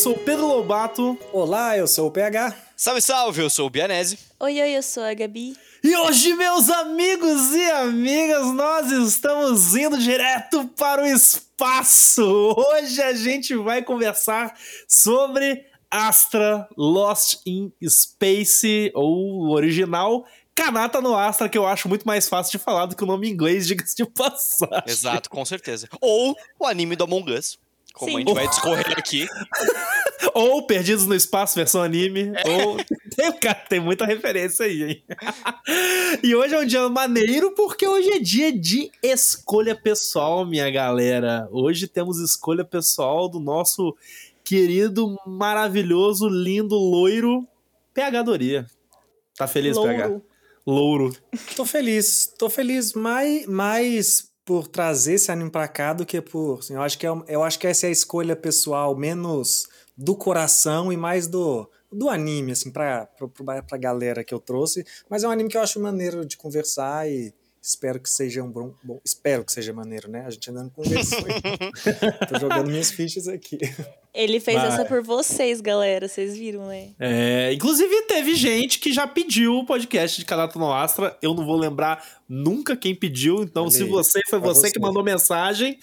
sou o Pedro Lobato. Olá, eu sou o PH. Salve, salve, eu sou o Bianese. Oi, eu sou a Gabi. E hoje, meus amigos e amigas, nós estamos indo direto para o espaço. Hoje a gente vai conversar sobre Astra Lost in Space, ou o original Kanata no Astra, que eu acho muito mais fácil de falar do que o nome em inglês, diga-se de passagem. Exato, com certeza. Ou o anime do Among Us, como Sim. a gente vai discorrer aqui. Ou Perdidos no Espaço, versão anime. Ou... Tem muita referência aí, hein? E hoje é um dia maneiro porque hoje é dia de escolha pessoal, minha galera. Hoje temos escolha pessoal do nosso querido, maravilhoso, lindo, loiro PH Doria. Tá feliz, Louro. PH? Louro. Tô feliz mais por trazer esse anime pra cá do que por... Assim, eu acho que essa é a escolha pessoal, menos do coração e mais do anime, assim, pra galera que eu trouxe. Mas é um anime que eu acho maneiro de conversar e espero que seja espero que seja maneiro, né? A gente ainda não conversou. Tô jogando minhas fichas aqui. Ele fez essa por vocês, galera. Vocês viram, né? Inclusive teve gente que já pediu o podcast de Kanata no Astra. Eu não vou lembrar nunca quem pediu. Então, se você foi você que mandou mensagem,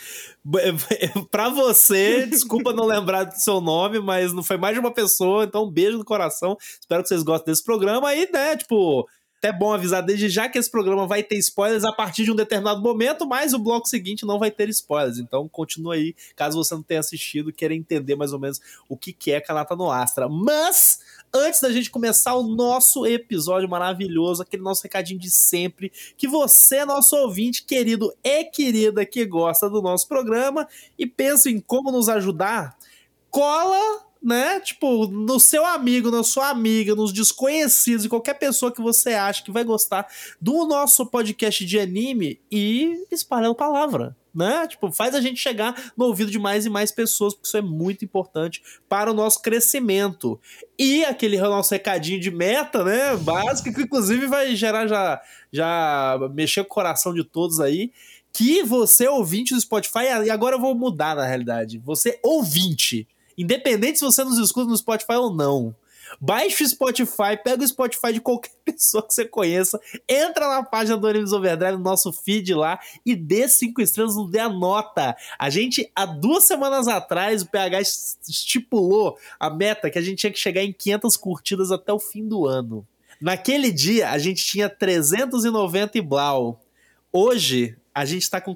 pra você, desculpa não lembrar do seu nome, mas não foi mais de uma pessoa. Então, um beijo no coração. Espero que vocês gostem desse programa. E, né, até bom avisar desde já que esse programa vai ter spoilers a partir de um determinado momento, mas o bloco seguinte não vai ter spoilers. Então continua aí, caso você não tenha assistido, queira entender mais ou menos o que é Kanata no Astra. Mas, antes da gente começar o nosso episódio maravilhoso, aquele nosso recadinho de sempre, que você, nosso ouvinte querido e querida que gosta do nosso programa e pensa em como nos ajudar, cola... né, no seu amigo, na sua amiga, nos desconhecidos e qualquer pessoa que você acha que vai gostar do nosso podcast de anime e espalha a palavra, né, faz a gente chegar no ouvido de mais e mais pessoas, porque isso é muito importante para o nosso crescimento. E aquele nosso recadinho de meta, né, básico, que inclusive vai gerar já mexer com o coração de todos aí, que você ouvinte do Spotify, e agora eu vou mudar na realidade, você ouvinte, independente se você nos escuta no Spotify ou não, baixe o Spotify, pega o Spotify de qualquer pessoa que você conheça, entra na página do Animes Overdrive, no nosso feed lá, e dê 5 estrelas, nos dê a nota. A gente, há 2 semanas atrás, o PH estipulou a meta que a gente tinha que chegar em 500 curtidas até o fim do ano. Naquele dia, a gente tinha 390 e blau. Hoje, a gente tá com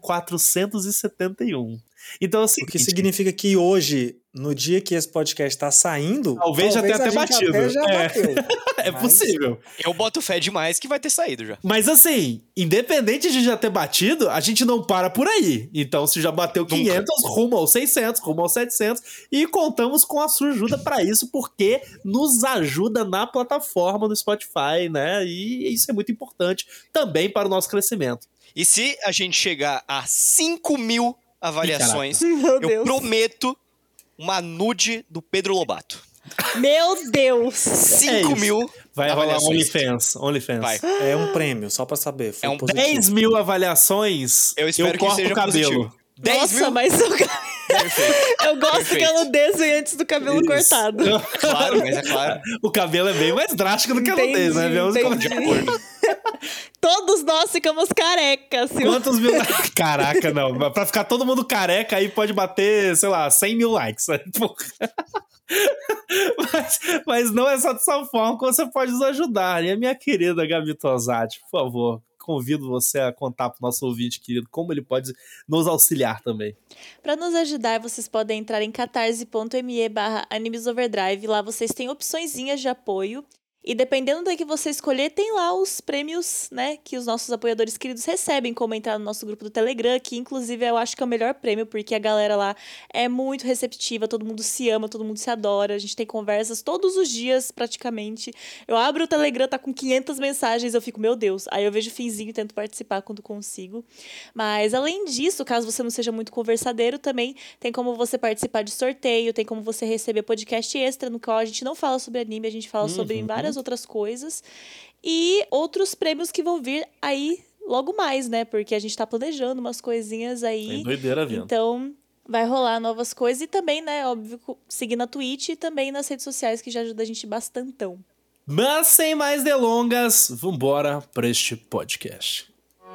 471. Então, assim, O que significa que hoje, no dia que esse podcast tá saindo, talvez já tenha até batido. Até já bateu. Possível. Eu boto fé demais que vai ter saído já. Mas assim, independente de já ter batido, a gente não para por aí. Então, se já bateu 500, rumo aos 600, rumo aos 700, e contamos com a sua ajuda para isso, porque nos ajuda na plataforma do Spotify, né? E isso é muito importante também para o nosso crescimento. E se a gente chegar a 5.000 avaliações, Meu eu Deus. prometo uma nude do Pedro Lobato. Meu Deus! 5.000 Vai rolar avaliações. OnlyFans. Vai. É um prêmio, só pra saber. Foi É um positivo. 10 mil avaliações, Eu espero que corto seja o cabelo. positivo. 10 Nossa, mil? mas Perfeito. eu gosto Perfeito. que ela desça antes do cabelo Isso. cortado. Claro, mas é claro. O cabelo é bem mais drástico do que a Entendi, nudez, né? Vemos como... De acordo. Todos nós ficamos carecas. Quantos mil... Caraca, não. Pra ficar todo mundo careca, aí pode bater, sei lá, 100 mil likes. Mas não é só dessa forma que você pode nos ajudar. E a minha querida Gabi Tosati, por favor, convido você a contar pro nosso ouvinte querido como ele pode nos auxiliar também. Para nos ajudar, vocês podem entrar em catarse.me/animesoverdrive. Lá vocês têm opçõezinhas de apoio. E dependendo da que você escolher, tem lá os prêmios, né, que os nossos apoiadores queridos recebem, como entrar no nosso grupo do Telegram, que inclusive eu acho que é o melhor prêmio, porque a galera lá é muito receptiva, todo mundo se ama, todo mundo se adora, a gente tem conversas todos os dias, praticamente. Eu abro o Telegram, tá com 500 mensagens, eu fico, meu Deus, aí eu vejo o finzinho e tento participar quando consigo. Mas além disso, caso você não seja muito conversadeiro, também tem como você participar de sorteio, tem como você receber podcast extra, no qual a gente não fala sobre anime, a gente fala sobre várias outras coisas. E outros prêmios que vão vir aí logo mais, né? Porque a gente tá planejando umas coisinhas aí. Tem doideira vindo. Então, Vai rolar novas coisas e também, né, óbvio, seguir na Twitch e também nas redes sociais, que já ajuda a gente bastantão. Mas sem mais delongas, vambora para este podcast.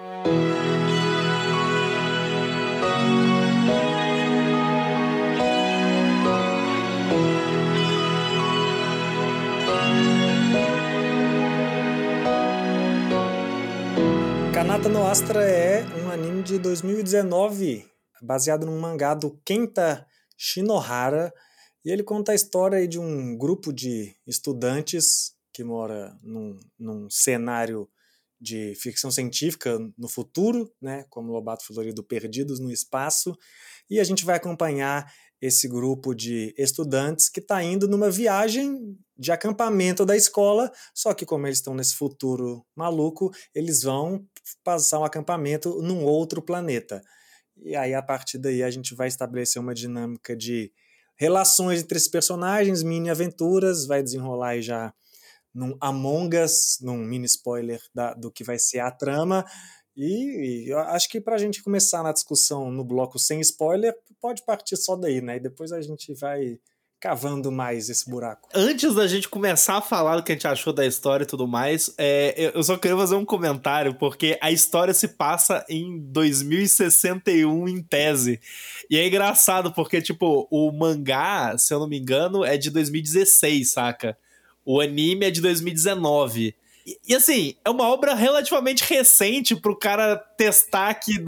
Kanata no Astra é um anime de 2019, baseado num mangá do Kenta Shinohara, e ele conta a história aí de um grupo de estudantes que mora num cenário de ficção científica no futuro, né, como Lobato Florido, perdidos no espaço, e a gente vai acompanhar esse grupo de estudantes que está indo numa viagem de acampamento da escola, só que como eles estão nesse futuro maluco, eles vão passar um acampamento num outro planeta. E aí, a partir daí, a gente vai estabelecer uma dinâmica de relações entre esses personagens, mini aventuras, vai desenrolar aí já num Among Us, num mini spoiler do que vai ser a trama. E eu acho que pra gente começar na discussão no bloco sem spoiler, pode partir só daí, né? E depois a gente vai cavando mais esse buraco. Antes da gente começar a falar do que a gente achou da história e tudo mais, eu só queria fazer um comentário, porque a história se passa em 2061 em tese. E é engraçado, porque, tipo, o mangá, se eu não me engano, é de 2016, saca? O anime é de 2019. E assim, é uma obra relativamente recente pro cara testar que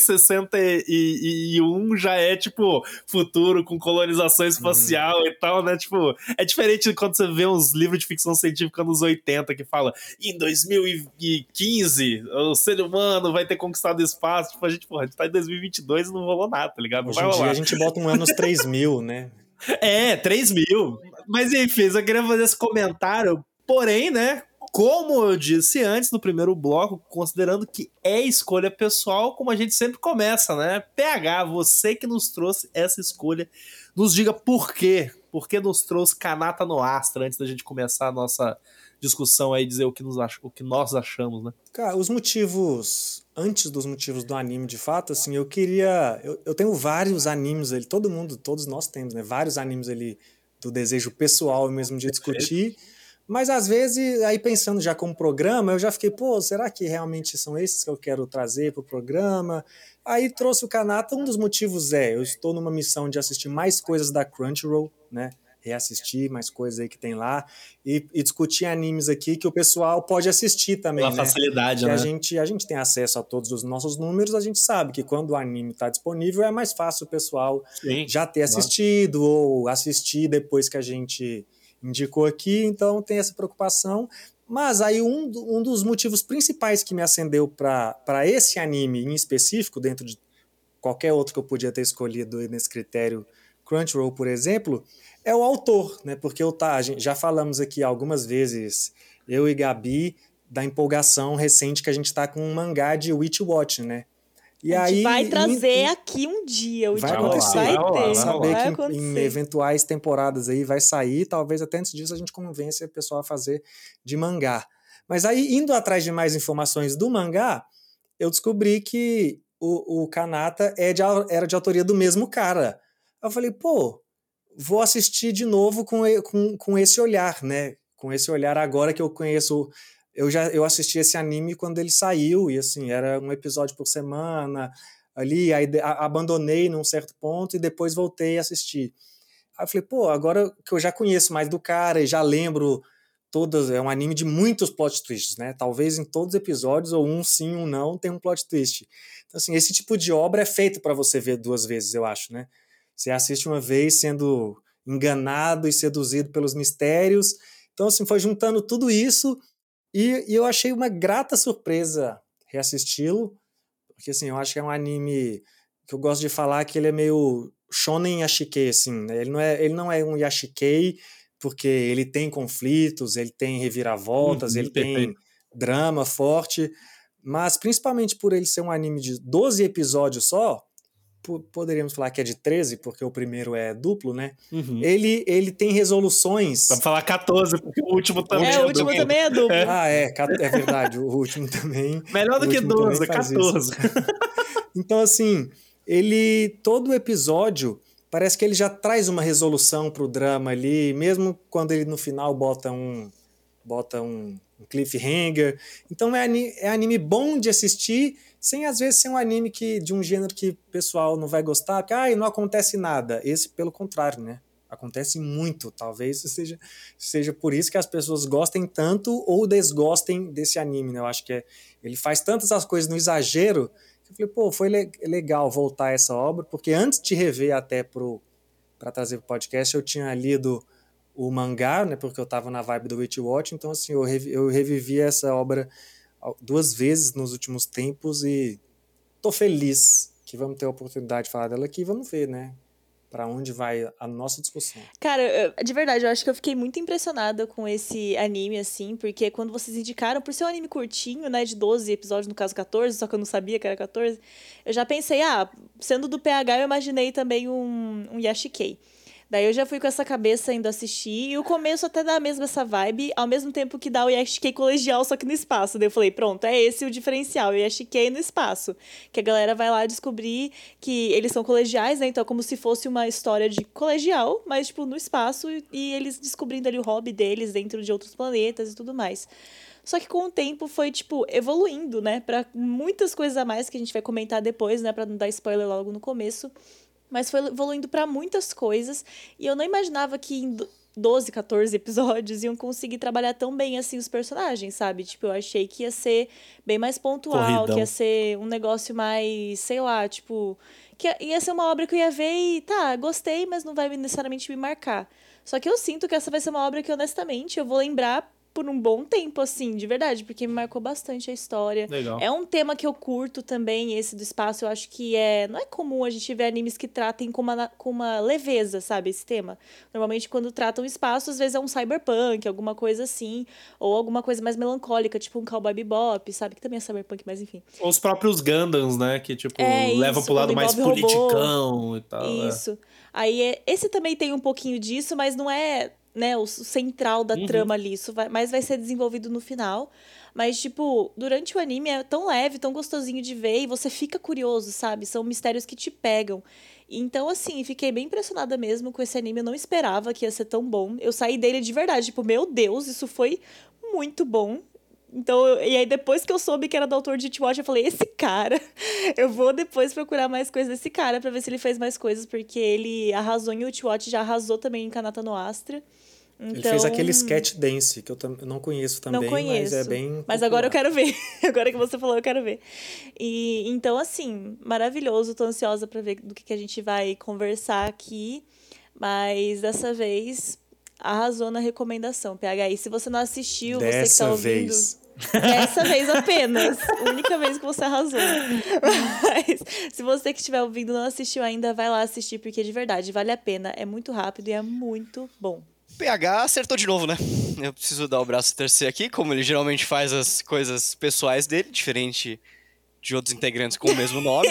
2061 já é, tipo, futuro com colonização espacial e tal, né? Tipo, é diferente de quando você vê uns livros de ficção científica nos 80 que fala em 2015 o ser humano vai ter conquistado o espaço. Tipo, a gente tá em 2022 e não rolou nada, tá ligado? Não Hoje em dia a gente bota um anos 3000, né? 3.000. Mas enfim, eu queria fazer esse comentário, porém, né? Como eu disse antes no primeiro bloco, considerando que é escolha pessoal, como a gente sempre começa, né? PH, você que nos trouxe essa escolha, nos diga por quê. Por que nos trouxe Kanata no Astra antes da gente começar a nossa discussão aí, dizer o que nós achamos, né? Cara, os motivos, antes dos motivos do anime de fato, assim, eu queria... Eu tenho vários animes ali, todos nós temos, né? Vários animes ali do desejo pessoal mesmo de discutir. Mas às vezes, aí pensando já como programa, eu já fiquei, pô, será que realmente são esses que eu quero trazer pro programa? Aí trouxe o Kanata, um dos motivos eu estou numa missão de assistir mais coisas da Crunchyroll, né? Reassistir mais coisas aí que tem lá e discutir animes aqui que o pessoal pode assistir também, pela facilidade, né? A gente tem acesso a todos os nossos números, a gente sabe que quando o anime está disponível é mais fácil o pessoal já ter assistido ou assistir depois que a gente indicou aqui, então tem essa preocupação. Mas aí um dos motivos principais que me acendeu para esse anime em específico, dentro de qualquer outro que eu podia ter escolhido nesse critério Crunchyroll, por exemplo, é o autor, né? Porque já falamos aqui algumas vezes, eu e Gabi, da empolgação recente que a gente está com um mangá de Witch Watch, né? E a gente vai trazer aqui um dia. Vai acontecer. Vai ter. Saber que em eventuais temporadas aí vai sair. Talvez até antes disso a gente convence o pessoal a fazer de mangá. Mas aí, indo atrás de mais informações do mangá, eu descobri que o Kanata era de autoria do mesmo cara. Eu falei, pô, vou assistir de novo com esse olhar, né? Com esse olhar agora que eu conheço... Eu assisti esse anime quando ele saiu, e assim, era um episódio por semana, ali, aí abandonei num certo ponto e depois voltei a assistir. Aí eu falei, pô, agora que eu já conheço mais do cara e já lembro é um anime de muitos plot twists, né? Talvez em todos os episódios, ou um sim, um não, tem um plot twist. Então, assim, esse tipo de obra é feito para você ver duas vezes, eu acho, né? Você assiste uma vez sendo enganado e seduzido pelos mistérios. Então, assim, foi juntando tudo isso. E eu achei uma grata surpresa reassisti-lo, porque assim, eu acho que é um anime que eu gosto de falar que ele é meio shonen yashikei, assim, né? Ele não é um yashikei porque ele tem conflitos, ele tem reviravoltas, ele tem drama forte, mas principalmente por ele ser um anime de 12 episódios só, poderíamos falar que é de 13, porque o primeiro é duplo, né? Ele tem resoluções... Vamos falar 14, porque o último também o último também é duplo. É verdade, o último também... Melhor do que 12, 14. Então, assim, todo episódio, parece que ele já traz uma resolução pro drama ali, mesmo quando ele no final bota um cliffhanger. Então é anime bom de assistir, sem às vezes ser um anime de um gênero que o pessoal não vai gostar, porque não acontece nada. Esse, pelo contrário, né? Acontece muito. Talvez seja por isso que as pessoas gostem tanto ou desgostem desse anime, né? Eu acho que ele faz tantas as coisas no exagero que eu falei, pô, foi legal voltar a essa obra, porque antes de rever até para trazer pro podcast, eu tinha lido o mangá, né, porque eu estava na vibe do Witch Watch, então assim, eu revivi essa obra 2 vezes nos últimos tempos e tô feliz que vamos ter a oportunidade de falar dela aqui e vamos ver, né, para onde vai a nossa discussão. Cara, de verdade, eu acho que eu fiquei muito impressionada com esse anime, assim, porque quando vocês indicaram, por ser um anime curtinho, né, de 12 episódios, no caso 14, só que eu não sabia que era 14, eu já pensei, sendo do PH, eu imaginei também um Yashikei. Daí eu já fui com essa cabeça indo assistir, e o começo até dá mesmo essa vibe, ao mesmo tempo que dá o Yashikei colegial, só que no espaço. Daí eu falei, pronto, é esse o diferencial, o Yashikei no espaço. Que a galera vai lá descobrir que eles são colegiais, né? Então é como se fosse uma história de colegial, mas, tipo, no espaço, e eles descobrindo ali o hobby deles dentro de outros planetas e tudo mais. Só que com o tempo foi, tipo, evoluindo, né? Pra muitas coisas a mais que a gente vai comentar depois, né? Pra não dar spoiler logo no começo. Mas foi evoluindo pra muitas coisas. E eu não imaginava que em 12, 14 episódios iam conseguir trabalhar tão bem assim os personagens, sabe? Tipo, eu achei que ia ser bem mais pontual, Corridão. que ia ser um negócio mais, sei lá, tipo... Que ia ser uma obra que eu ia ver e, gostei, mas não vai necessariamente me marcar. Só que eu sinto que essa vai ser uma obra que, honestamente, eu vou lembrar por um bom tempo, assim, de verdade, porque me marcou bastante a história. Legal. É um tema que eu curto também, esse do espaço. Eu acho que não é comum a gente ver animes que tratem com uma leveza, sabe, esse tema. Normalmente, quando tratam espaço, às vezes é um cyberpunk, alguma coisa assim, ou alguma coisa mais melancólica, tipo um Cowboy Bebop, sabe, que também é cyberpunk, mas enfim. Ou os próprios Gundams, né, que tipo, levam Isso, pro lado quando mais envolve robô. politicão e tal. Isso. Aí, esse também tem um pouquinho disso, mas não é, né, o central da trama ali. Isso mas vai ser desenvolvido no final. Mas, tipo, durante o anime é tão leve, tão gostosinho de ver, e você fica curioso, sabe? São mistérios que te pegam. Então, assim, fiquei bem impressionada mesmo com esse anime. Eu não esperava que ia ser tão bom. Eu saí dele de verdade, tipo, meu Deus, isso foi muito bom. Então, e aí depois que eu soube que era do autor de Witch Watch, eu falei, esse cara, eu vou depois procurar mais coisas desse cara pra ver se ele fez mais coisas, porque ele arrasou em Witch Watch, já arrasou também em Kanata no Astra. Então, ele fez aquele sketch dance, que eu não conheço também, não conheço, mas é bem Mas popular. agora eu quero ver. Agora que você falou, eu quero ver. E então, assim, maravilhoso. Tô ansiosa pra ver do que a gente vai conversar aqui. Mas dessa vez arrasou na recomendação, PH. E se você não assistiu, você que tá ouvindo... Dessa vez apenas. Única vez que você arrasou. Mas se você que estiver ouvindo não assistiu ainda, vai lá assistir, porque de verdade, vale a pena. É muito rápido e é muito bom. PH acertou de novo, né? Eu preciso dar o braço a torcer aqui, como ele geralmente faz as coisas pessoais dele, diferente de outros integrantes com o mesmo nome.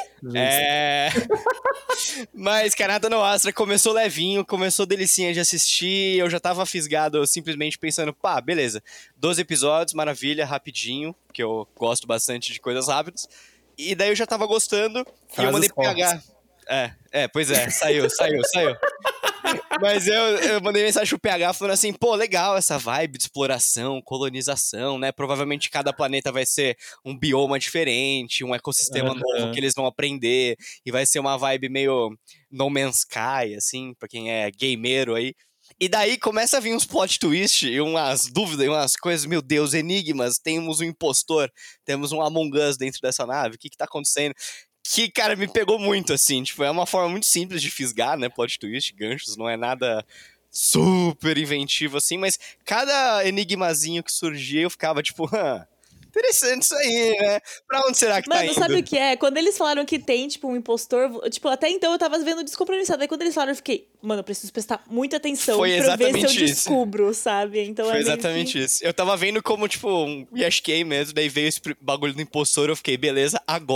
Mas Kanata no Astra começou levinho, começou delicinha de assistir, eu já tava fisgado simplesmente pensando, beleza, 12 episódios, maravilha, rapidinho, porque eu gosto bastante de coisas rápidas, e daí eu já tava gostando, e eu mandei pro PH. Pois é, saiu. Mas eu mandei mensagem pro PH falando assim, legal essa vibe de exploração, colonização, né? Provavelmente cada planeta vai ser um bioma diferente, um ecossistema novo que eles vão aprender, e vai ser uma vibe meio No Man's Sky, assim, pra quem é gameiro aí. E daí começa a vir uns plot twist e umas dúvidas, umas coisas, meu Deus, enigmas, temos um impostor, temos um Among Us dentro dessa nave, o que tá acontecendo? Que, cara, me pegou muito, assim, tipo, é uma forma muito simples de fisgar, né, plot twist, ganchos, não é nada super inventivo, assim, mas cada enigmazinho que surgia, eu ficava, tipo, interessante isso aí, né? Pra onde será que tá indo? Mano, sabe o que é? Quando eles falaram que tem, tipo, um impostor... Tipo, até então eu tava vendo descompromissado. Aí quando eles falaram, eu fiquei... Mano, eu preciso prestar muita atenção pra ver se eu descubro, sabe? Então foi exatamente isso. Eu tava vendo como, tipo, um Yashikei mesmo. Daí veio esse bagulho do impostor. Eu fiquei, beleza, agora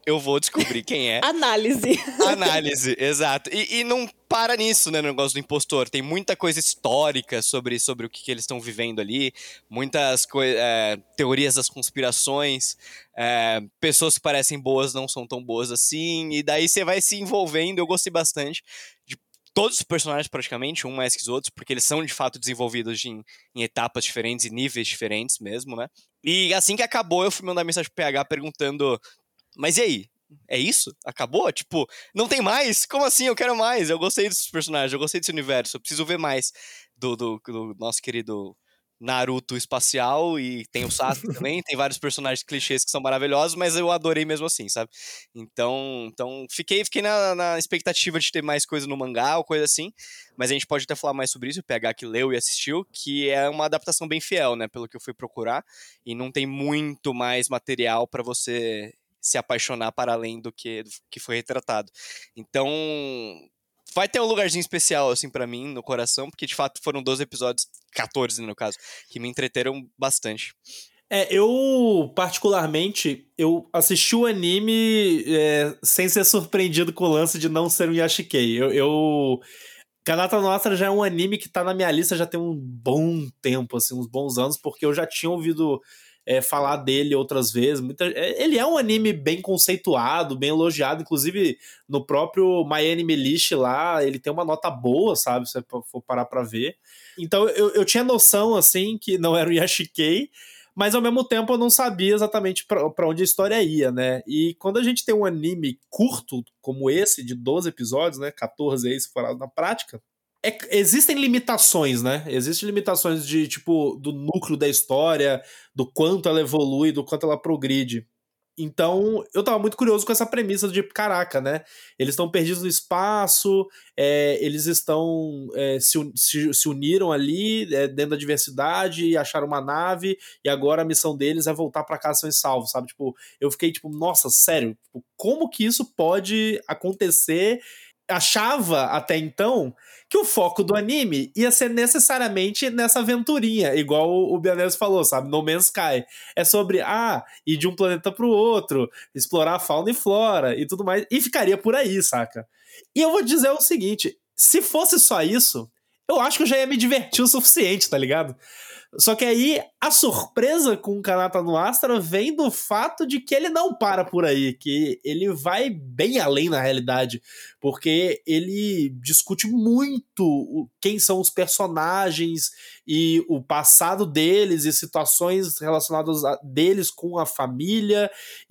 eu vou descobrir quem é. Análise. Análise, exato. E não para nisso, né, no negócio do impostor. Tem muita coisa histórica sobre o que eles estão vivendo ali, muitas teorias das conspirações, pessoas que parecem boas não são tão boas assim, e daí você vai se envolvendo. Eu gostei bastante de todos os personagens, praticamente, um mais que os outros, porque eles são, de fato, desenvolvidos em etapas diferentes e níveis diferentes mesmo, né? E assim que acabou, eu fui mandar mensagem pro PH perguntando: mas e aí? É isso? Acabou? Tipo, não tem mais? Como assim? Eu quero mais. Eu gostei desses personagens, eu gostei desse universo. Eu preciso ver mais do nosso querido Naruto espacial. E tem o Sasuke também. Tem vários personagens clichês que são maravilhosos, mas eu adorei mesmo assim, sabe? Então fiquei na expectativa de ter mais coisa no mangá ou coisa assim. Mas a gente pode até falar mais sobre isso, o PH que leu e assistiu, que é uma adaptação bem fiel, né? Pelo que eu fui procurar. E não tem muito mais material pra você se apaixonar para além do que foi retratado. Então, vai ter um lugarzinho especial, assim, pra mim, no coração, porque, de fato, foram 12 episódios, 14, no caso, que me entreteram bastante. Eu, particularmente, eu assisti o anime sem ser surpreendido com o lance de não ser um Yashikei. Kanata no Astra já é um anime que tá na minha lista já tem um bom tempo, assim, uns bons anos, porque eu já tinha ouvido falar dele outras vezes. Ele é um anime bem conceituado, bem elogiado, inclusive no próprio My Anime List lá, ele tem uma nota boa, sabe, se você for parar pra ver. Então eu tinha noção, assim, que não era o Yashikei, mas ao mesmo tempo eu não sabia exatamente pra onde a história ia, né? E quando a gente tem um anime curto como esse, de 12 episódios, né, 14 aí se for na prática, existem limitações, né? Existem limitações de, tipo, do núcleo da história, do quanto ela evolui, do quanto ela progride. Então, eu tava muito curioso com essa premissa de, caraca, né? Eles estão perdidos no espaço, eles estão se uniram ali dentro da diversidade e acharam uma nave, e agora a missão deles é voltar pra casa são e salvos, sabe? Tipo, eu fiquei tipo, nossa, sério, tipo, como que isso pode acontecer? Achava até então que o foco do anime ia ser necessariamente nessa aventurinha, igual o Bianese falou, sabe? No Man's Sky. É sobre, ir de um planeta pro outro, explorar a fauna e flora e tudo mais, e ficaria por aí, saca? E eu vou dizer o seguinte, se fosse só isso, eu acho que eu já ia me divertir o suficiente, tá ligado? Só que aí a surpresa com o Kanata no Astra vem do fato de que ele não para por aí, que ele vai bem além na realidade, porque ele discute muito quem são os personagens e o passado deles e situações relacionadas deles com a família,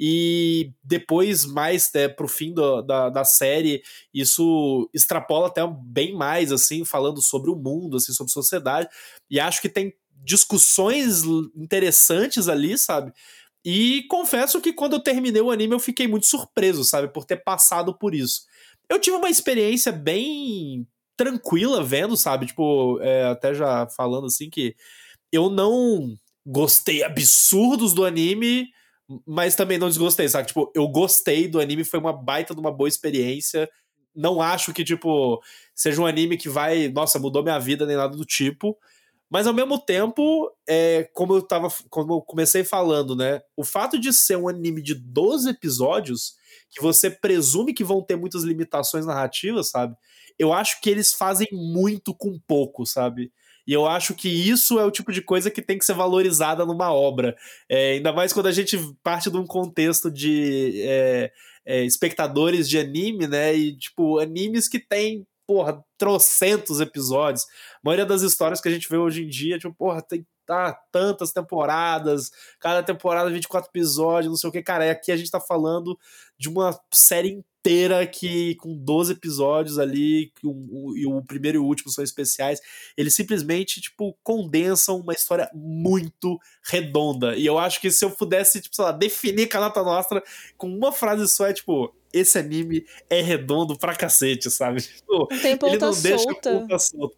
e depois mais pro fim da série isso extrapola até bem mais, assim, falando sobre o mundo, assim, sobre sociedade, e acho que tem discussões interessantes ali, sabe? E confesso que quando eu terminei o anime eu fiquei muito surpreso, sabe? Por ter passado por isso. Eu tive uma experiência bem tranquila vendo, sabe? Tipo, até já falando assim que eu não gostei absurdos do anime, mas também não desgostei, sabe? Tipo, eu gostei do anime, foi uma baita de uma boa experiência. Não acho que, tipo, seja um anime que vai, nossa, mudou minha vida nem nada do tipo. Mas ao mesmo tempo, como eu comecei falando, né? O fato de ser um anime de 12 episódios, que você presume que vão ter muitas limitações narrativas, sabe? Eu acho que eles fazem muito com pouco, sabe? E eu acho que isso é o tipo de coisa que tem que ser valorizada numa obra. Ainda mais quando a gente parte de um contexto de espectadores de anime, né? E, tipo, animes que tem, porra, trocentos episódios. A maioria das histórias que a gente vê hoje em dia, tipo, porra, tem tantas temporadas, cada temporada 24 episódios, não sei o que, cara. E aqui a gente tá falando de uma série inteira que com 12 episódios ali, e o primeiro e o último são especiais. Eles simplesmente, tipo, condensam uma história muito redonda. E eu acho que se eu pudesse, tipo, sei lá, definir Kanata no Astra com uma frase só, é tipo, esse anime é redondo pra cacete, sabe? Tipo, não tem ponta solta. Ponta solta.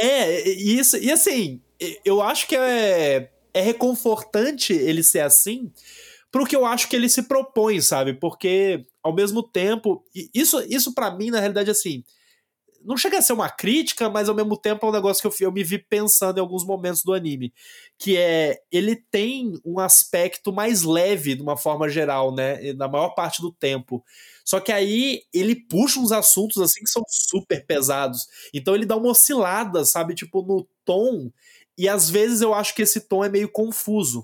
Isso, e assim, eu acho que é reconfortante ele ser assim, pro que eu acho que ele se propõe, sabe? Porque, ao mesmo tempo, isso para mim, na realidade, assim, não chega a ser uma crítica, mas ao mesmo tempo é um negócio que eu me vi pensando em alguns momentos do anime, que é, ele tem um aspecto mais leve de uma forma geral, né, na maior parte do tempo. Só que aí ele puxa uns assuntos assim que são super pesados. Então ele dá uma oscilada, sabe, tipo, no tom, e às vezes eu acho que esse tom é meio confuso.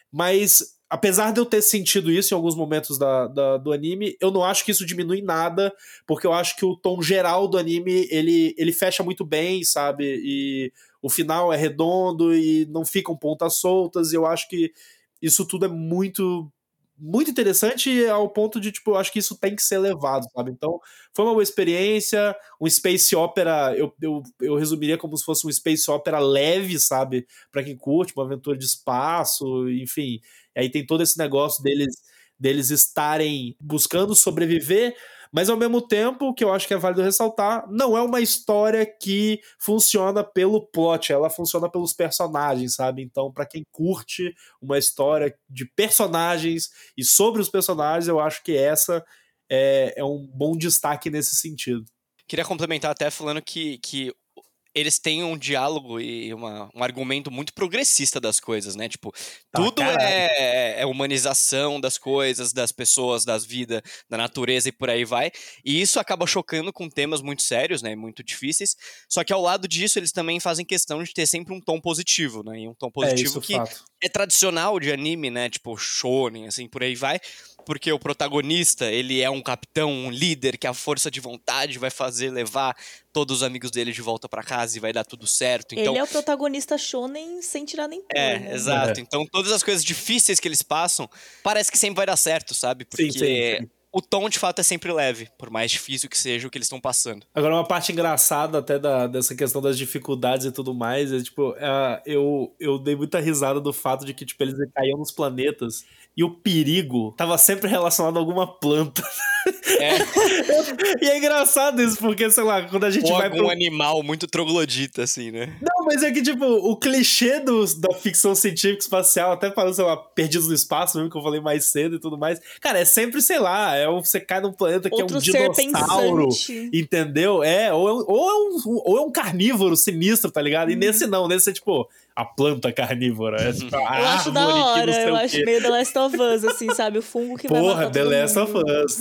Mas apesar de eu ter sentido isso em alguns momentos do anime, eu não acho que isso diminui nada, porque eu acho que o tom geral do anime, ele fecha muito bem, sabe? E o final é redondo e não ficam pontas soltas, e eu acho que isso tudo é muito, muito interessante ao ponto de, tipo, eu acho que isso tem que ser levado, sabe? Então, foi uma boa experiência, um space opera, eu resumiria como se fosse um space opera leve, sabe? Pra quem curte, uma aventura de espaço, enfim. E aí tem todo esse negócio deles estarem buscando sobreviver, mas ao mesmo tempo, que eu acho que é válido ressaltar, não é uma história que funciona pelo plot, ela funciona pelos personagens, sabe? Então, pra quem curte uma história de personagens e sobre os personagens, eu acho que essa é um bom destaque nesse sentido. Queria complementar até falando que eles têm um diálogo e um argumento muito progressista das coisas, né? Tipo, tudo é humanização das coisas, das pessoas, das vidas, da natureza e por aí vai. E isso acaba chocando com temas muito sérios, né? Muito difíceis. Só que ao lado disso, eles também fazem questão de ter sempre um tom positivo, né? E um tom positivo que é tradicional de anime, né? Tipo, shonen, assim, por aí vai. Porque o protagonista, ele é um capitão, um líder, que a força de vontade vai fazer levar todos os amigos dele de volta pra casa e vai dar tudo certo. Então, ele é o protagonista shonen sem tirar nem pôr, né? Exato. Então, todas as coisas difíceis que eles passam, parece que sempre vai dar certo, sabe? Porque sim. O tom, de fato, é sempre leve, por mais difícil que seja o que eles estão passando. Agora, uma parte engraçada até dessa questão das dificuldades e tudo mais, é tipo, eu dei muita risada do fato de que, tipo, eles caíam nos planetas e o perigo tava sempre relacionado a alguma planta. E é engraçado isso, porque, sei lá, quando a gente ou vai algum animal muito troglodita, assim, né? Não, mas é que, tipo, o clichê da ficção científica espacial, até falando, sei lá, Perdidos no Espaço, mesmo que eu falei mais cedo e tudo mais, cara, é sempre, sei lá, você cai num planeta que outro é um dinossauro, pensante. entendeu? Ou é um carnívoro sinistro, tá ligado? E nesse não, nesse é tipo, a planta carnívora. É tipo, eu acho da hora, eu acho meio The Last of Us, assim, sabe? O fungo que vai matar The todo Last mundo. of Us,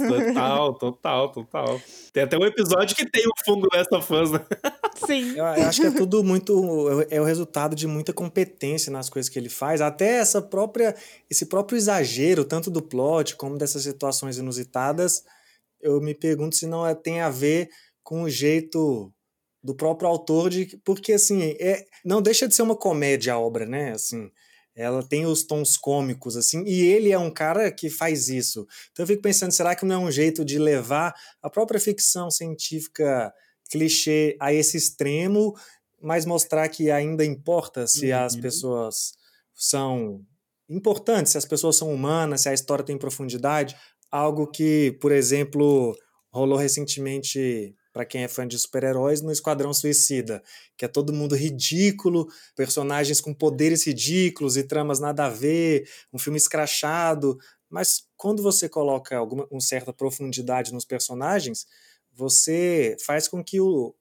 total. Tem até um episódio que tem o fungo The Last of Us, né? Sim. Eu acho que é tudo muito. É o resultado de muita competência nas coisas que ele faz. Até esse próprio exagero, tanto do plot como dessas situações inusitadas, eu me pergunto se não tem a ver com o jeito do próprio autor porque assim não deixa de ser uma comédia a obra, né? Assim, ela tem os tons cômicos assim, e ele é um cara que faz isso. Então eu fico pensando, será que não é um jeito de levar a própria ficção científica clichê a esse extremo, mas mostrar que ainda importa se as pessoas são importantes, se as pessoas são humanas, se a história tem profundidade? Algo que, por exemplo, rolou recentemente, para quem é fã de super-heróis, no Esquadrão Suicida, que é todo mundo ridículo, personagens com poderes ridículos e tramas nada a ver, um filme escrachado, mas quando você coloca uma certa profundidade nos personagens, você faz com que o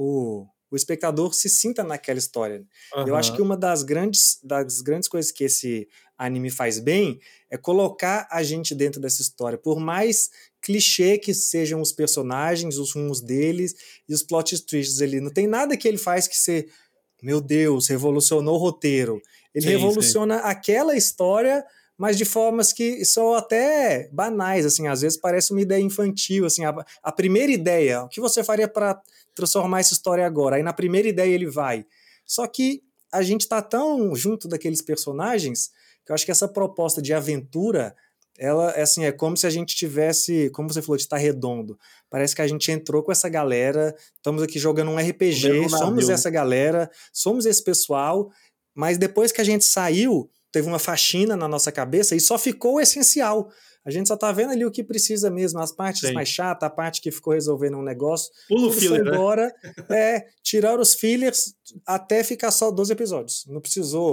espectador se sinta naquela história. Eu acho que uma das grandes coisas que esse anime faz bem é colocar a gente dentro dessa história. Por mais clichê que sejam os personagens, os rumos deles e os plot twists ali, não tem nada que ele faz que você, meu Deus, revolucionou o roteiro. Ele revoluciona aquela história, mas de formas que são até banais, assim, às vezes parece uma ideia infantil, assim, a primeira ideia, o que você faria para transformar essa história agora? Aí na primeira ideia ele vai. Só que a gente tá tão junto daqueles personagens que eu acho que essa proposta de aventura, ela, assim, é como se a gente tivesse, como você falou, de estar redondo. Parece que a gente entrou com essa galera, estamos aqui jogando um RPG, somos essa galera, somos esse pessoal, mas depois que a gente saiu, teve uma faxina na nossa cabeça e só ficou o essencial. A gente só tá vendo ali o que precisa mesmo, as partes mais chatas, a parte que ficou resolvendo um negócio. Pula o filler, foi embora, tirar os fillers até ficar só 12 episódios. Não precisou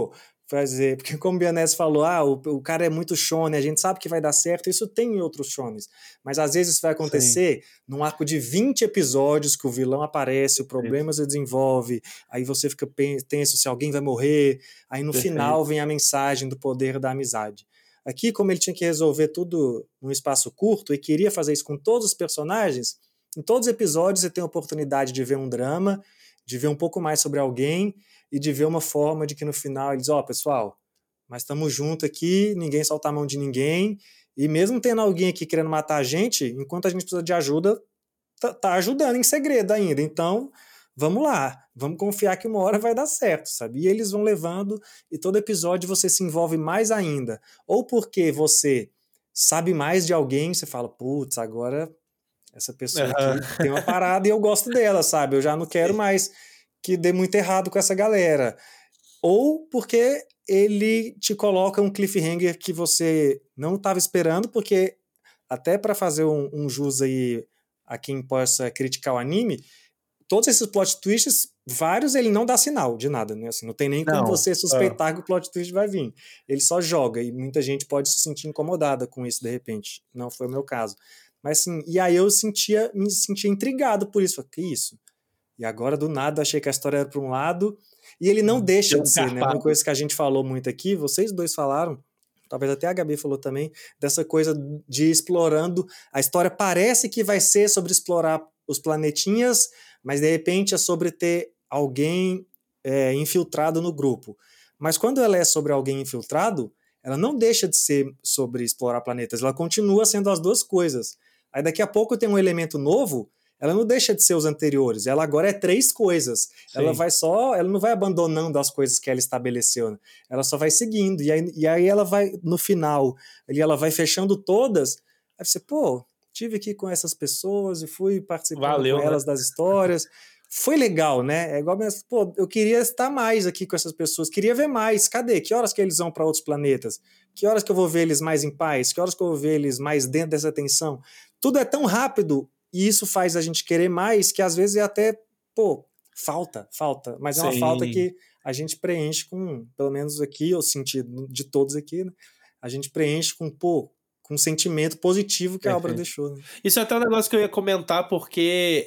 fazer, porque como o Bianese falou, o cara é muito shonen, a gente sabe que vai dar certo, isso tem em outros shonens, mas às vezes isso vai acontecer num arco de 20 episódios que o vilão aparece, o problema se desenvolve, aí você fica tenso se alguém vai morrer, aí no final vem a mensagem do poder da amizade. Aqui, como ele tinha que resolver tudo num espaço curto e queria fazer isso com todos os personagens, em todos os episódios você tem a oportunidade de ver um drama, de ver um pouco mais sobre alguém e de ver uma forma de que no final eles, pessoal, mas estamos juntos aqui, ninguém solta a mão de ninguém, e mesmo tendo alguém aqui querendo matar a gente, enquanto a gente precisa de ajuda, tá ajudando em segredo ainda, então vamos lá, vamos confiar que uma hora vai dar certo, sabe? E eles vão levando, e todo episódio você se envolve mais ainda, ou porque você sabe mais de alguém, você fala, putz, agora essa pessoa aqui tem uma parada e eu gosto dela, sabe? Eu já não quero mais que dê muito errado com essa galera. Ou porque ele te coloca um cliffhanger que você não estava esperando, porque até para fazer um jus aí a quem possa criticar o anime, todos esses plot twists, vários ele não dá sinal de nada, né? Assim, não tem nem como você suspeitar que o plot twist vai vir. Ele só joga e muita gente pode se sentir incomodada com isso de repente. Não foi o meu caso. Mas assim, e aí eu me sentia intrigado por isso. Que isso? E agora do nada achei que a história era para um lado e ele não deixa de ser, né? Uma coisa que a gente falou muito aqui, vocês dois falaram, talvez até a Gabi falou também, dessa coisa de explorando, a história parece que vai ser sobre explorar os planetinhas, mas de repente é sobre ter alguém infiltrado no grupo. Mas quando ela é sobre alguém infiltrado, ela não deixa de ser sobre explorar planetas, ela continua sendo as duas coisas. Aí daqui a pouco tem um elemento novo, ela não deixa de ser os anteriores, ela agora é 3 coisas. Ela não vai abandonando as coisas que ela estabeleceu, né? Ela só vai seguindo, e aí ela vai, no final, ali ela vai fechando todas, aí você, tive aqui com essas pessoas e fui participando com elas das histórias, foi legal, né? É igual mesmo, eu queria estar mais aqui com essas pessoas, queria ver mais, cadê? Que horas que eles vão para outros planetas? Que horas que eu vou ver eles mais em paz? Que horas que eu vou ver eles mais dentro dessa tensão? Tudo é tão rápido e isso faz a gente querer mais que às vezes é até, falta, mas é uma falta que a gente preenche com, pelo menos aqui, eu senti de todos aqui, né? A gente preenche com um sentimento positivo que a obra deixou. Né? Isso é até um negócio que eu ia comentar, porque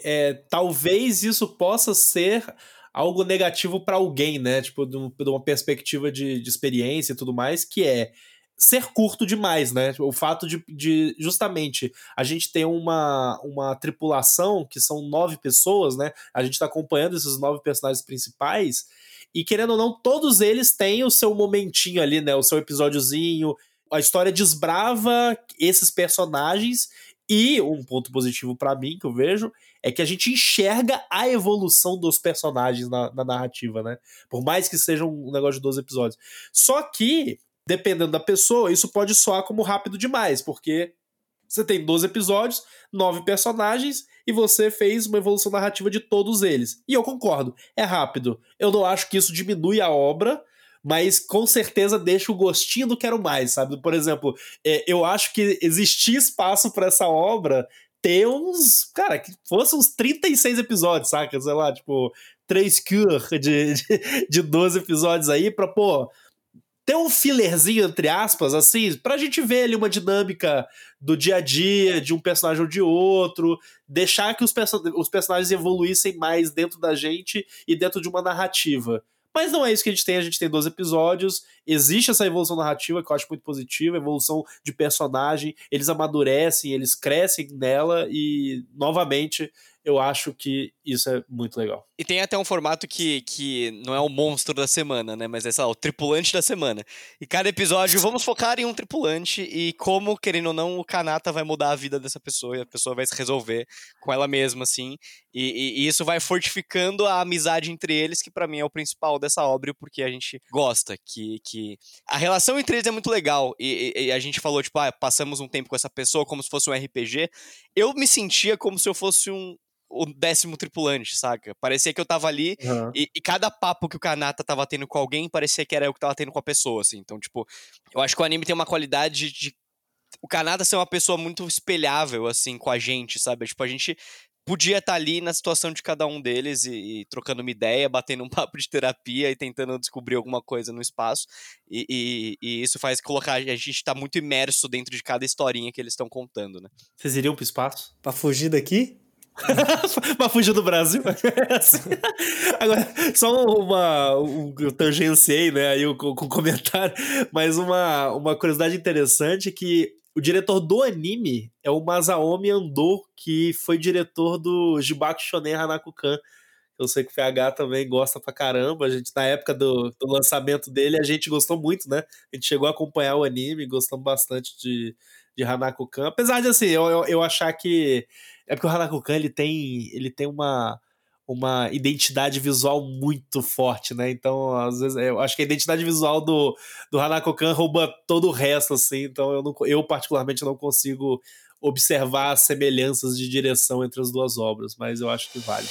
talvez isso possa ser algo negativo para alguém, né? Tipo, de uma perspectiva de experiência e tudo mais, que é ser curto demais, né? O fato de justamente a gente ter uma tripulação que são 9 pessoas, né? A gente tá acompanhando esses 9 personagens principais e, querendo ou não, todos eles têm o seu momentinho ali, né? O seu episódiozinho. A história desbrava esses personagens e um ponto positivo pra mim que eu vejo é que a gente enxerga a evolução dos personagens na narrativa, né? Por mais que seja um negócio de 12 episódios. Só que dependendo da pessoa, isso pode soar como rápido demais, porque você tem 12 episódios, 9 personagens, e você fez uma evolução narrativa de todos eles. E eu concordo, é rápido. Eu não acho que isso diminui a obra, mas com certeza deixa o gostinho do quero mais, sabe? Por exemplo, eu acho que existia espaço para essa obra ter que fosse uns 36 episódios, saca? Sei lá, tipo, 3 cure de 12 episódios aí pra, ter um fillerzinho, entre aspas, assim, pra gente ver ali uma dinâmica do dia a dia, de um personagem ou de outro, deixar que os personagens evoluíssem mais dentro da gente e dentro de uma narrativa. Mas não é isso que a gente tem 12 episódios, existe essa evolução narrativa que eu acho muito positiva, evolução de personagem, eles amadurecem, eles crescem nela e, novamente, eu acho que isso é muito legal. E tem até um formato que não é o monstro da semana, né? Mas é, sei lá, o tripulante da semana. E cada episódio, vamos focar em um tripulante e como, querendo ou não, o Kanata vai mudar a vida dessa pessoa e a pessoa vai se resolver com ela mesma, assim. E isso vai fortificando a amizade entre eles, que pra mim é o principal dessa obra, porque a gente gosta, que a relação entre eles é muito legal. E a gente falou, tipo, passamos um tempo com essa pessoa como se fosse um RPG. Eu me sentia como se eu fosse o 10º tripulante, saca? Parecia que eu tava ali e cada papo que o Kanata tava tendo com alguém parecia que era eu que tava tendo com a pessoa, assim. Então, tipo, eu acho que o anime tem uma qualidade de o Kanata ser uma pessoa muito espelhável, assim, com a gente, sabe? Tipo, a gente podia estar ali na situação de cada um deles e trocando uma ideia, batendo um papo de terapia e tentando descobrir alguma coisa no espaço. E isso faz colocar... A gente tá muito imerso dentro de cada historinha que eles estão contando, né? Vocês iriam pro espaço? Pra fugir daqui? Pra fugir do Brasil. Agora, só eu tangenciei, né, aí com o comentário, mas uma curiosidade interessante é que o diretor do anime é o Masaomi Ando, que foi diretor do Jibaku Shonen Hanakukan. Eu sei que o PH também gosta pra caramba. A gente, na época do lançamento dele, a gente gostou muito, né? A gente chegou a acompanhar o anime, gostamos bastante de Hanakukan. Apesar de, assim, eu achar que... É porque o Hanakukan, ele tem uma identidade visual muito forte, né? Então, às vezes, eu acho que a identidade visual do Hanakukan rouba todo o resto, assim. Então, eu particularmente não consigo observar as semelhanças de direção entre as duas obras, mas eu acho que vale.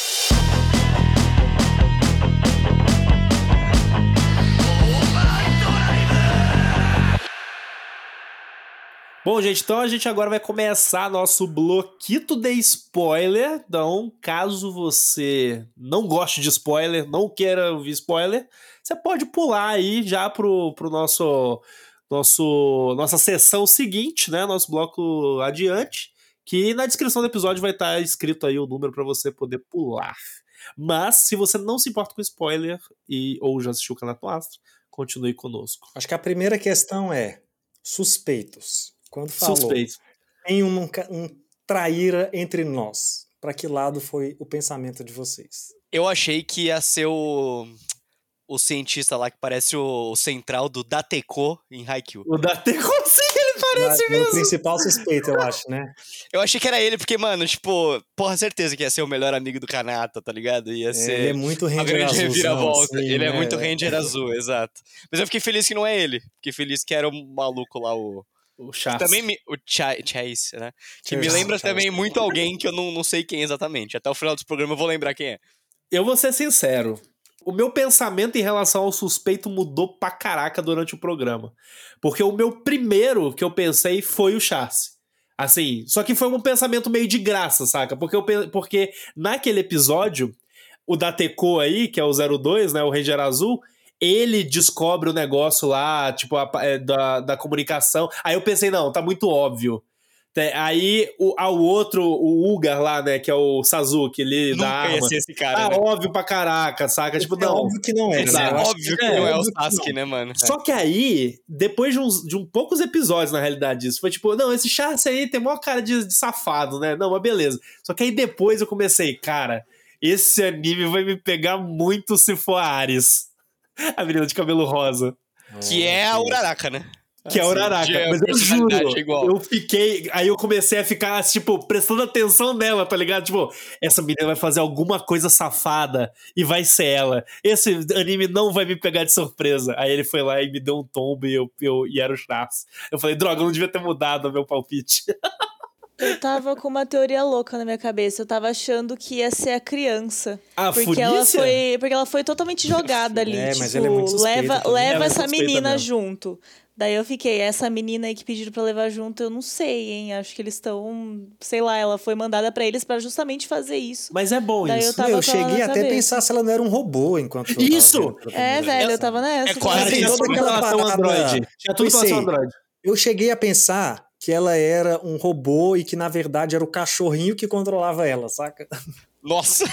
Bom, gente, então a gente agora vai começar nosso bloquito de spoiler. Então, caso você não goste de spoiler, não queira ouvir spoiler, você pode pular aí já pro nossa sessão seguinte, né? Nosso bloco adiante, que na descrição do episódio vai estar escrito aí o número para você poder pular. Mas, se você não se importa com spoiler ou já assistiu o Kanato Astro, continue conosco. Acho que a primeira questão é suspeitos. Quando falou Suspeito. tem um traíra entre nós, para que lado foi o pensamento de vocês? Eu achei que ia ser o cientista lá que parece o central do Dateko em Haikyuu. O Dateko, sim, ele parece mesmo. O principal suspeito, eu acho, né? Eu achei que era ele, porque, mano, tipo, porra, certeza que ia ser o melhor amigo do Kanata, tá ligado? Ia ser ele é muito uma Ranger grande azul. reviravolta. Assim, ele é né? muito Ranger azul, exato. Mas eu fiquei feliz que não é ele. Fiquei feliz que era o maluco lá, o Chase. Também o Chase, né? Que me lembra também muito alguém que eu não sei quem exatamente. Até o final do programa eu vou lembrar quem é. Eu vou ser sincero. O meu pensamento em relação ao suspeito mudou pra caraca durante o programa. Porque o meu primeiro que eu pensei foi o Chase. Assim, só que foi um pensamento meio de graça, saca? Porque naquele episódio, o Dateko aí, que é o 02, né, o Ranger Azul, ele descobre o negócio lá, tipo, da comunicação. Aí eu pensei, não, tá muito óbvio. Aí o outro, o Ugar lá, né, que é o Sazuki, ele da arma. Nunca ia ser esse cara, né? Óbvio pra caraca, saca? Tipo, não. Óbvio que não é, né? Óbvio que não é o Sasuke, né, mano? Só que aí, depois de poucos episódios, na realidade, disso, foi tipo, não, esse Chase aí tem maior cara de safado, né? Não, mas beleza. Só que aí depois eu comecei, cara, esse anime vai me pegar muito se for a Ares. A menina de cabelo rosa. Que é a Uraraka, né? Que é a Uraraka. Mas eu juro, eu fiquei... Aí eu comecei a ficar, tipo, prestando atenção nela, tá ligado? Tipo, essa menina vai fazer alguma coisa safada e vai ser ela. Esse anime não vai me pegar de surpresa. Aí ele foi lá e me deu um tombo e era o Chase. Eu falei, droga, eu não devia ter mudado o meu palpite. Eu tava com uma teoria louca na minha cabeça. Eu tava achando que ia ser a criança. Porque ela foi totalmente jogada ali. É, tipo, mas ela é muito suspeita, leva essa menina junto. Daí eu fiquei, essa menina aí que pediram pra levar junto, eu não sei, hein? Acho que eles estão... Sei lá, ela foi mandada pra eles pra justamente fazer isso. Mas é bom daí isso. Eu cheguei até a pensar se ela não era um robô enquanto... Isso! Velho, eu tava nessa. É quase isso. Toda aquela parada... Android. Tinha tudo relação Android. Eu cheguei a pensar que ela era um robô e que, na verdade, era o cachorrinho que controlava ela, saca? Nossa!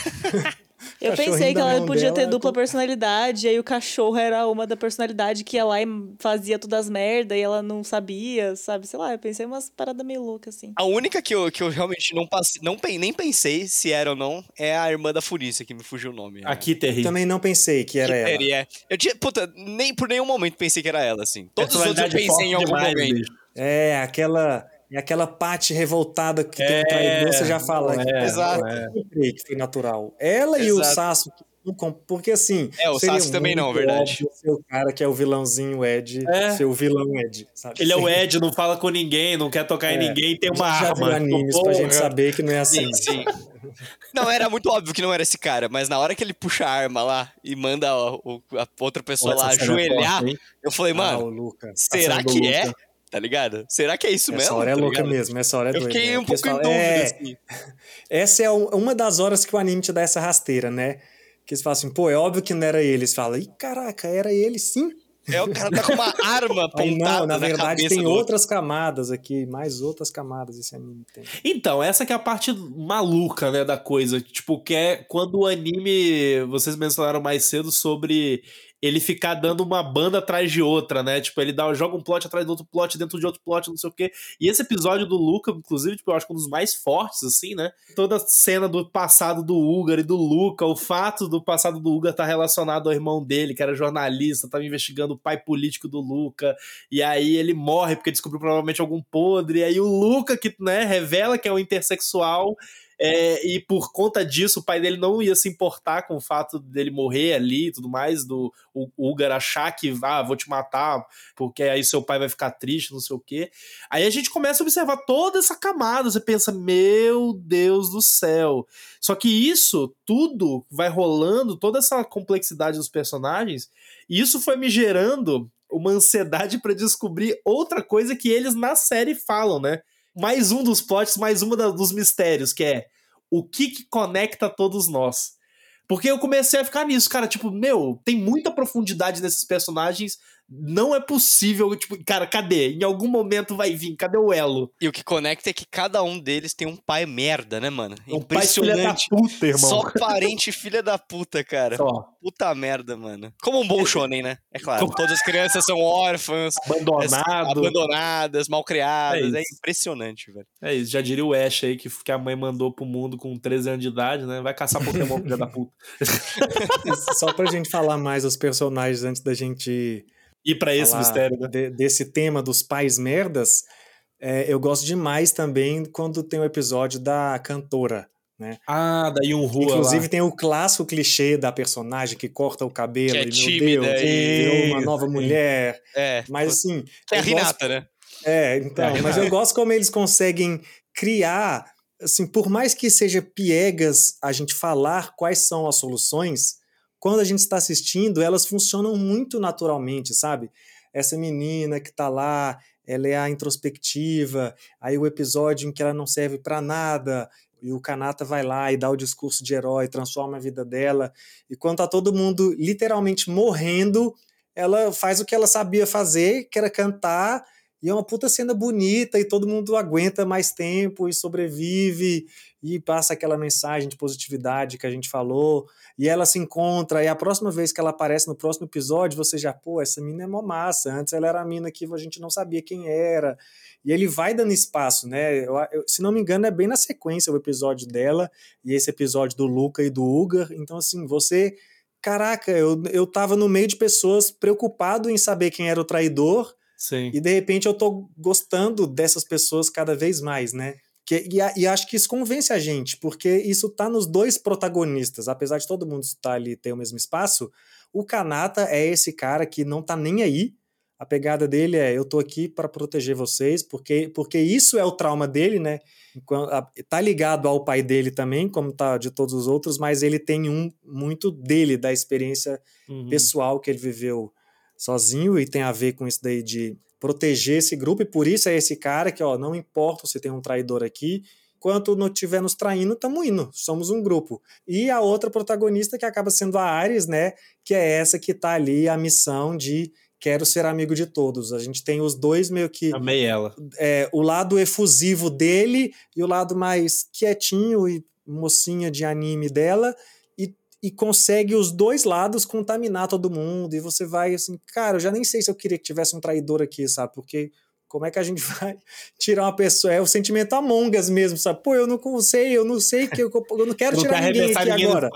Eu pensei que ela podia ter dupla personalidade, e aí o cachorro era uma da personalidade que ia lá e fazia todas as merda e ela não sabia, sabe? Sei lá, eu pensei umas paradas meio loucas, assim. A única que eu realmente nem pensei se era ou não é a irmã da Furícia, que me fugiu o nome. A Kiteri. Também não pensei que era ela. É. Eu tinha, nem por nenhum momento pensei que era ela, assim. Todos os outros eu pensei em algum momento. Bicho. É, aquela parte revoltada que tem um traidor, você já fala. Exato. Que foi natural. Ela e o Sasuke, porque assim... o Sasuke também não, verdade. Ser o cara que é o vilãozinho Ed, ser o vilão Ed, sabe? Ele é o Ed, não fala com ninguém, não quer tocar em ninguém, tem uma já arma. Já viu animes pra gente saber que não é assim. Sim. Não, era muito óbvio que não era esse cara, mas na hora que ele puxa a arma lá e manda a outra pessoa lá ajoelhar, eu falei, mano, Lucas, será que é? tá ligado? Será que é isso mesmo? Essa hora é tá louca ligado? mesmo, essa hora é doida. Eu fiquei um pouco em falam, dúvida, assim. Essa é uma das horas que o anime te dá essa rasteira, né? Que eles falam assim, pô, é óbvio que não era ele. Eles falam, ih, caraca, era ele sim. O cara tá com uma arma Aí apontada não, na verdade cabeça tem do outras camadas aqui, mais outras camadas esse anime tem. Então, essa que é a parte maluca, né, da coisa. Tipo, que é quando o anime, vocês mencionaram mais cedo sobre ele ficar dando uma banda atrás de outra, né? Tipo, ele joga um plot atrás do outro plot, dentro de outro plot, não sei o quê. E esse episódio do Luca, inclusive, tipo, eu acho que é um dos mais fortes, assim, né? Toda a cena do passado do Ugar e do Luca, o fato do passado do Ugar estar relacionado ao irmão dele, que era jornalista, estava investigando o pai político do Luca, e aí ele morre porque descobriu provavelmente algum podre, e aí o Luca, que, né, revela que é um intersexual, e por conta disso o pai dele não ia se importar com o fato dele morrer ali e tudo mais, o Ugar achar que, vou te matar, porque aí seu pai vai ficar triste, não sei o quê. Aí a gente começa a observar toda essa camada, você pensa, meu Deus do céu. Só que isso tudo vai rolando, toda essa complexidade dos personagens, e isso foi me gerando uma ansiedade pra descobrir outra coisa que eles na série falam, né? Mais um dos plots, mais uma dos mistérios, que é o que conecta todos nós. Porque eu comecei a ficar nisso, cara, tipo, tem muita profundidade nesses personagens, não é possível, tipo, cara, cadê? Em algum momento vai vir, cadê o elo? E o que conecta é que cada um deles tem um pai merda, né, mano? Um pai filha da puta, irmão. Só parente filha da puta, cara. Só. Puta merda, mano. Como um bom shonen, né? É claro, todas as crianças são órfãs, abandonadas, malcriadas, é impressionante, velho. É isso, já diria o Ash aí, que a mãe mandou pro mundo com 13 anos de idade, né? Vai caçar Pokémon, filha da puta. Só pra gente falar mais dos personagens antes da gente ir pra esse mistério, né? Desse tema dos pais merdas, eu gosto demais também quando tem o episódio da cantora, né? Da Yunhua. Inclusive lá. tem o clássico clichê da personagem que corta o cabelo que é e, tímida, meu Deus, virou uma nova mulher. Mas assim... É a Hinata, né? Então, mas eu gosto como eles conseguem criar, assim, por mais que seja piegas a gente falar quais são as soluções, quando a gente está assistindo, elas funcionam muito naturalmente, sabe? Essa menina que tá lá, ela é a introspectiva, aí o episódio em que ela não serve para nada, e o Kanata vai lá e dá o discurso de herói, transforma a vida dela, e quando tá todo mundo literalmente morrendo, ela faz o que ela sabia fazer, que era cantar, e é uma puta cena bonita, e todo mundo aguenta mais tempo e sobrevive, e passa aquela mensagem de positividade que a gente falou, e ela se encontra, e a próxima vez que ela aparece no próximo episódio, você já, essa mina é mó massa, antes ela era a mina que a gente não sabia quem era, e ele vai dando espaço, né? Se não me engano, é bem na sequência o episódio dela, e esse episódio do Luca e do Ugar, então assim, você... Caraca, eu tava no meio de pessoas preocupado em saber quem era o traidor, Sim. E de repente eu tô gostando dessas pessoas cada vez mais, né? E acho que isso convence a gente, porque isso tá nos dois protagonistas. Apesar de todo mundo estar ali ter o mesmo espaço, o Kanata é esse cara que não tá nem aí. A pegada dele é, eu tô aqui para proteger vocês, porque isso é o trauma dele, né? Tá ligado ao pai dele também, como tá de todos os outros, mas ele tem muito dele, da experiência pessoal que ele viveu sozinho, e tem a ver com isso daí de proteger esse grupo, e por isso é esse cara que, não importa se tem um traidor aqui, enquanto não estiver nos traindo, estamos indo, somos um grupo. E a outra protagonista que acaba sendo a Ares, né, que é essa que tá ali, a missão de quero ser amigo de todos. A gente tem os dois meio que... Amei ela. O lado efusivo dele e o lado mais quietinho e mocinha de anime dela, e consegue os dois lados contaminar todo mundo, e você vai assim, cara, eu já nem sei se eu queria que tivesse um traidor aqui, sabe, porque como é que a gente vai tirar uma pessoa, é o sentimento Among Us mesmo, sabe, eu não sei que eu não quero tirar ninguém aqui agora,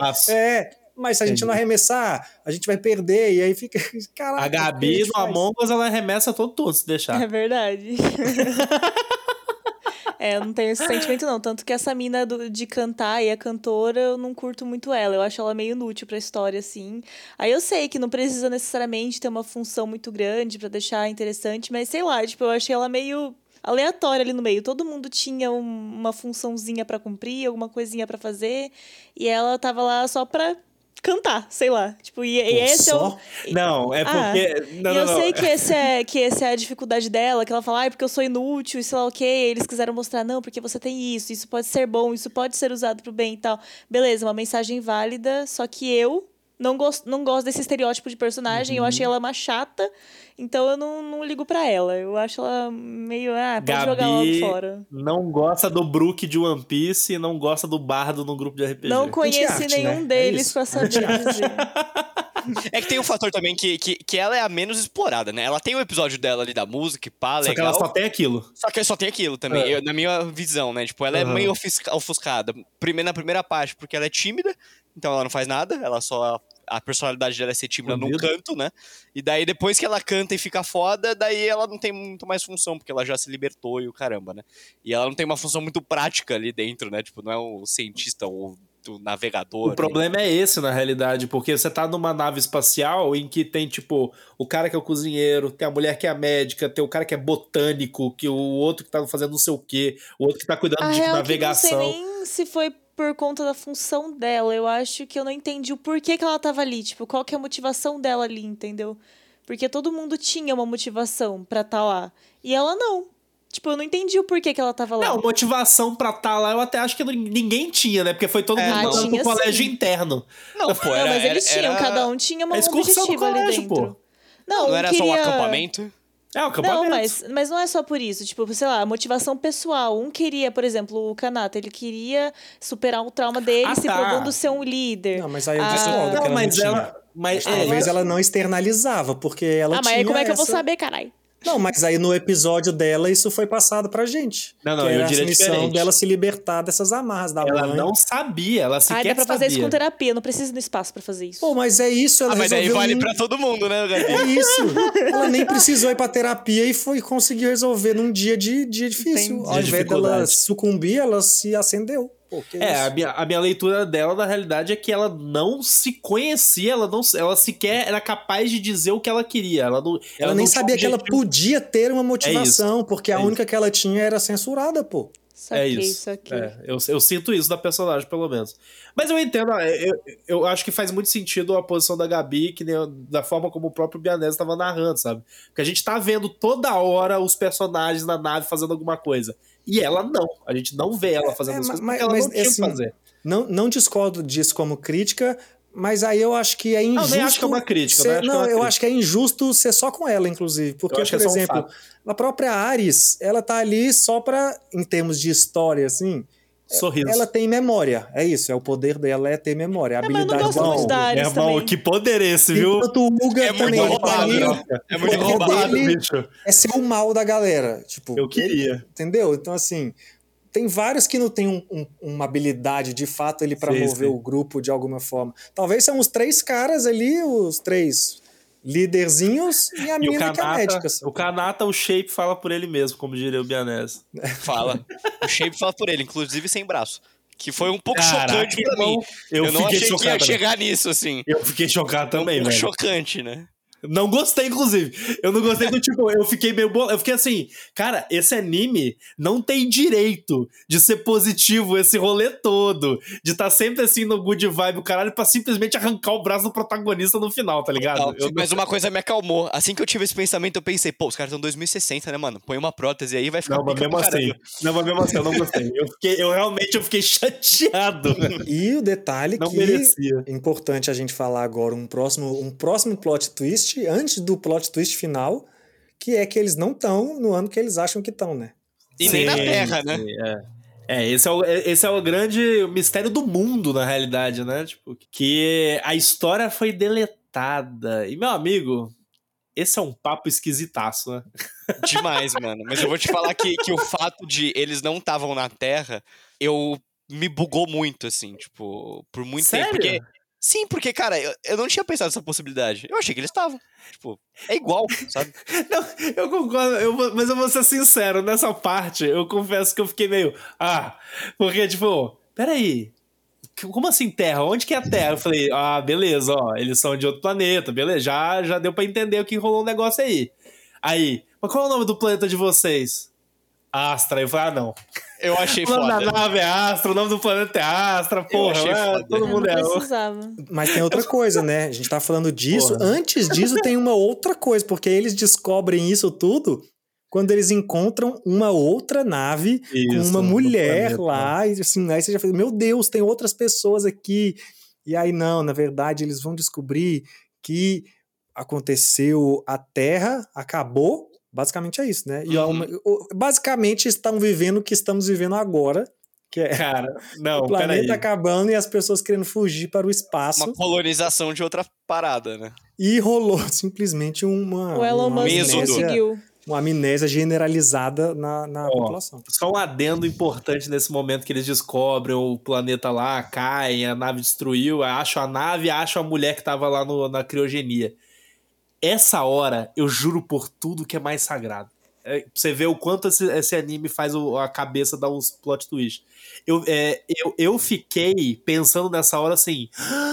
mas se a gente não arremessar, a gente vai perder, e aí fica, caraca, a Gabi no Among Us, ela arremessa todo se deixar. É verdade. Eu não tenho esse sentimento, não. Tanto que essa mina de cantar e a cantora, eu não curto muito ela. Eu acho ela meio inútil pra história, assim. Aí eu sei que não precisa necessariamente ter uma função muito grande pra deixar interessante, mas sei lá, eu achei ela meio aleatória ali no meio. Todo mundo tinha uma funçãozinha pra cumprir, alguma coisinha pra fazer, e ela tava lá só pra cantar, sei lá. Tipo, e esse é o... Não, é porque... Não, eu sei que essa é a dificuldade dela, que ela fala, porque eu sou inútil, e sei lá o quê. Eles quiseram mostrar, não, porque você tem isso pode ser bom, isso pode ser usado pro bem e tal. Beleza, uma mensagem válida, só que eu não gosto desse estereótipo de personagem, eu achei ela uma chata, então eu não ligo pra ela. Eu acho ela meio, pode Gabi jogar logo fora. Não gosta do Brook de One Piece e não gosta do Bardo no grupo de RPG. Não conheci nenhum deles pra saber dizer. É que tem um fator também que ela é a menos explorada, né? Ela tem o episódio dela ali da música, pá, legal. Só que ela só tem aquilo. Só que só tem aquilo também, na minha visão, né? Tipo, ela é meio ofuscada. Na primeira parte, porque ela é tímida, então ela não faz nada, ela só... A personalidade dela é ser tímida num canto, né? E daí, depois que ela canta e fica foda, daí ela não tem muito mais função, porque ela já se libertou e o caramba, né? E ela não tem uma função muito prática ali dentro, né? Tipo, não é o cientista ou do navegador. O problema é esse, na realidade, porque você tá numa nave espacial em que tem, tipo, o cara que é o cozinheiro, tem a mulher que é a médica, tem o cara que é botânico, que o outro que tá fazendo não sei o quê, o outro que tá cuidando de navegação. Eu não sei nem se foi por conta da função dela. Eu acho que eu não entendi o porquê que ela tava ali. Tipo, qual que é a motivação dela ali, entendeu? Porque todo mundo tinha uma motivação pra estar lá. E ela não. Tipo, eu não entendi o porquê que ela tava lá. Não, motivação pra estar lá eu até acho que ninguém tinha, né? Porque foi todo mundo mandado pro colégio interno. Não, pô, mas eles tinham, cada um tinha um objetivo ali dentro. Pô. Não era só um acampamento? Não, mas não é só por isso. Tipo, sei lá, motivação pessoal. Um queria, por exemplo, o Kanata, ele queria superar o trauma dele se provando ser um líder. Não, mas aí eu discordo que ela não tinha. Talvez ela não externalizava, porque ela tinha mas aí como é que eu vou saber, caralho? Não, mas aí no episódio dela isso foi passado pra gente. Não, eu diria a missão dela se libertar dessas amarras da mãe. Ela não sabia, ela sequer sabia. Dá pra fazer isso com terapia, não precisa ir no espaço pra fazer isso. Pô, mas é isso, ela mas aí vale pra todo mundo, né, Gabi? É isso. Ela nem precisou ir pra terapia e conseguiu resolver num dia difícil. Entendi. Ao invés dela sucumbir, ela se acendeu. Pô, a minha leitura dela, na realidade, é que ela não se conhecia, ela sequer era capaz de dizer o que ela queria. Ela nem sabia que ela podia ter uma motivação, porque a única que ela tinha era censurada, pô. Isso. Eu sinto isso da personagem, pelo menos. Mas eu entendo, eu acho que faz muito sentido a posição da Gabi, que da forma como o próprio Bianese estava narrando, sabe? Porque a gente tá vendo toda hora os personagens na nave fazendo alguma coisa. E ela não. A gente não vê ela fazendo as coisas porque ela não tinha que fazer. Não discordo disso como crítica, mas aí eu acho que é injusto... Não, nem acho que é uma crítica. eu acho que é injusto ser só com ela, inclusive. Porque, por exemplo, a própria Ares, ela tá ali só pra, em termos de história, assim... Sorriso. Ela tem memória, é isso, é o poder dela é ter memória. A habilidade dela. Meu irmão, que poder esse, viu? Enquanto o Uga também é muito roubado, bicho. É ser o mal da galera. Tipo, eu queria. Entendeu? Então, assim, tem vários que não tem uma habilidade de fato ali pra mover o grupo de alguma forma. Talvez são os 3 caras ali, os 3 líderzinhos e a mina que é a médica. O Kanata, o Shape fala por ele mesmo, como diria o Bianese. Fala. O Shape fala por ele, inclusive sem braço. Que foi um pouco chocante pra mim. Eu não achei que ia chegar nisso, assim. Eu fiquei chocado também, velho. Chocante, né? Não gostei, inclusive. Eu não gostei do tipo, eu fiquei meio eu fiquei assim, cara, esse anime não tem direito de ser positivo esse rolê todo, de estar sempre assim no good vibe, o caralho, pra simplesmente arrancar o braço do protagonista no final, tá ligado? Mas uma coisa me acalmou. Assim que eu tive esse pensamento, eu pensei, pô, os caras estão em 2060, né, mano? Põe uma prótese aí, vai ficar mas mesmo assim, eu não gostei. Eu realmente fiquei chateado. E o detalhe não que merecia. É importante a gente falar agora, um próximo plot twist, antes do plot twist final, que é que eles não estão no ano que eles acham que estão, né? E nem na Terra, né? Esse é o grande mistério do mundo, na realidade, né? Tipo, que a história foi deletada. E, meu amigo, esse é um papo esquisitaço, né? Demais, mano. Mas eu vou te falar que o fato de eles não estavam na Terra, me bugou muito, assim, tipo, por muito Sério? tempo. Porque, cara, eu não tinha pensado nessa possibilidade. Eu achei que eles estavam. Tipo, é igual, sabe? Não, eu concordo, mas eu vou ser sincero, nessa parte, eu confesso que eu fiquei meio... porque, tipo, peraí, como assim Terra? Onde que é a Terra? Eu falei, beleza, ó, eles são de outro planeta, beleza, já deu pra entender o que rolou um negócio aí. Aí, mas qual é o nome do planeta de vocês? Astra. Eu falei, não. Eu achei O nome foda. da nave é Astra, o nome do planeta é Astra, porra. achei foda. Todo mundo não é. precisava. Mas tem outra coisa, né? A gente tá falando disso. Porra. Antes disso tem uma outra coisa, porque eles descobrem isso tudo quando eles encontram uma outra nave com Isso, uma no mulher planeta. lá. E assim, aí você já fala, meu Deus, tem outras pessoas aqui. E aí não, na verdade eles vão descobrir que aconteceu, a Terra acabou. Basicamente é isso, né? E basicamente estão vivendo o que estamos vivendo agora, que é Cara, não, o planeta peraí. acabando e as pessoas querendo fugir para o espaço. Uma colonização de outra parada, né? E rolou simplesmente O Elon Musk Êxodo. conseguiu. uma amnésia generalizada na população. Só um adendo importante nesse momento que eles descobrem o planeta lá, caem, a nave destruiu, acham a nave, acham a mulher que tava lá na criogenia. Essa hora, eu juro por tudo que é mais sagrado. Você vê o quanto esse anime faz a cabeça dar uns plot twists. Eu fiquei pensando nessa hora assim...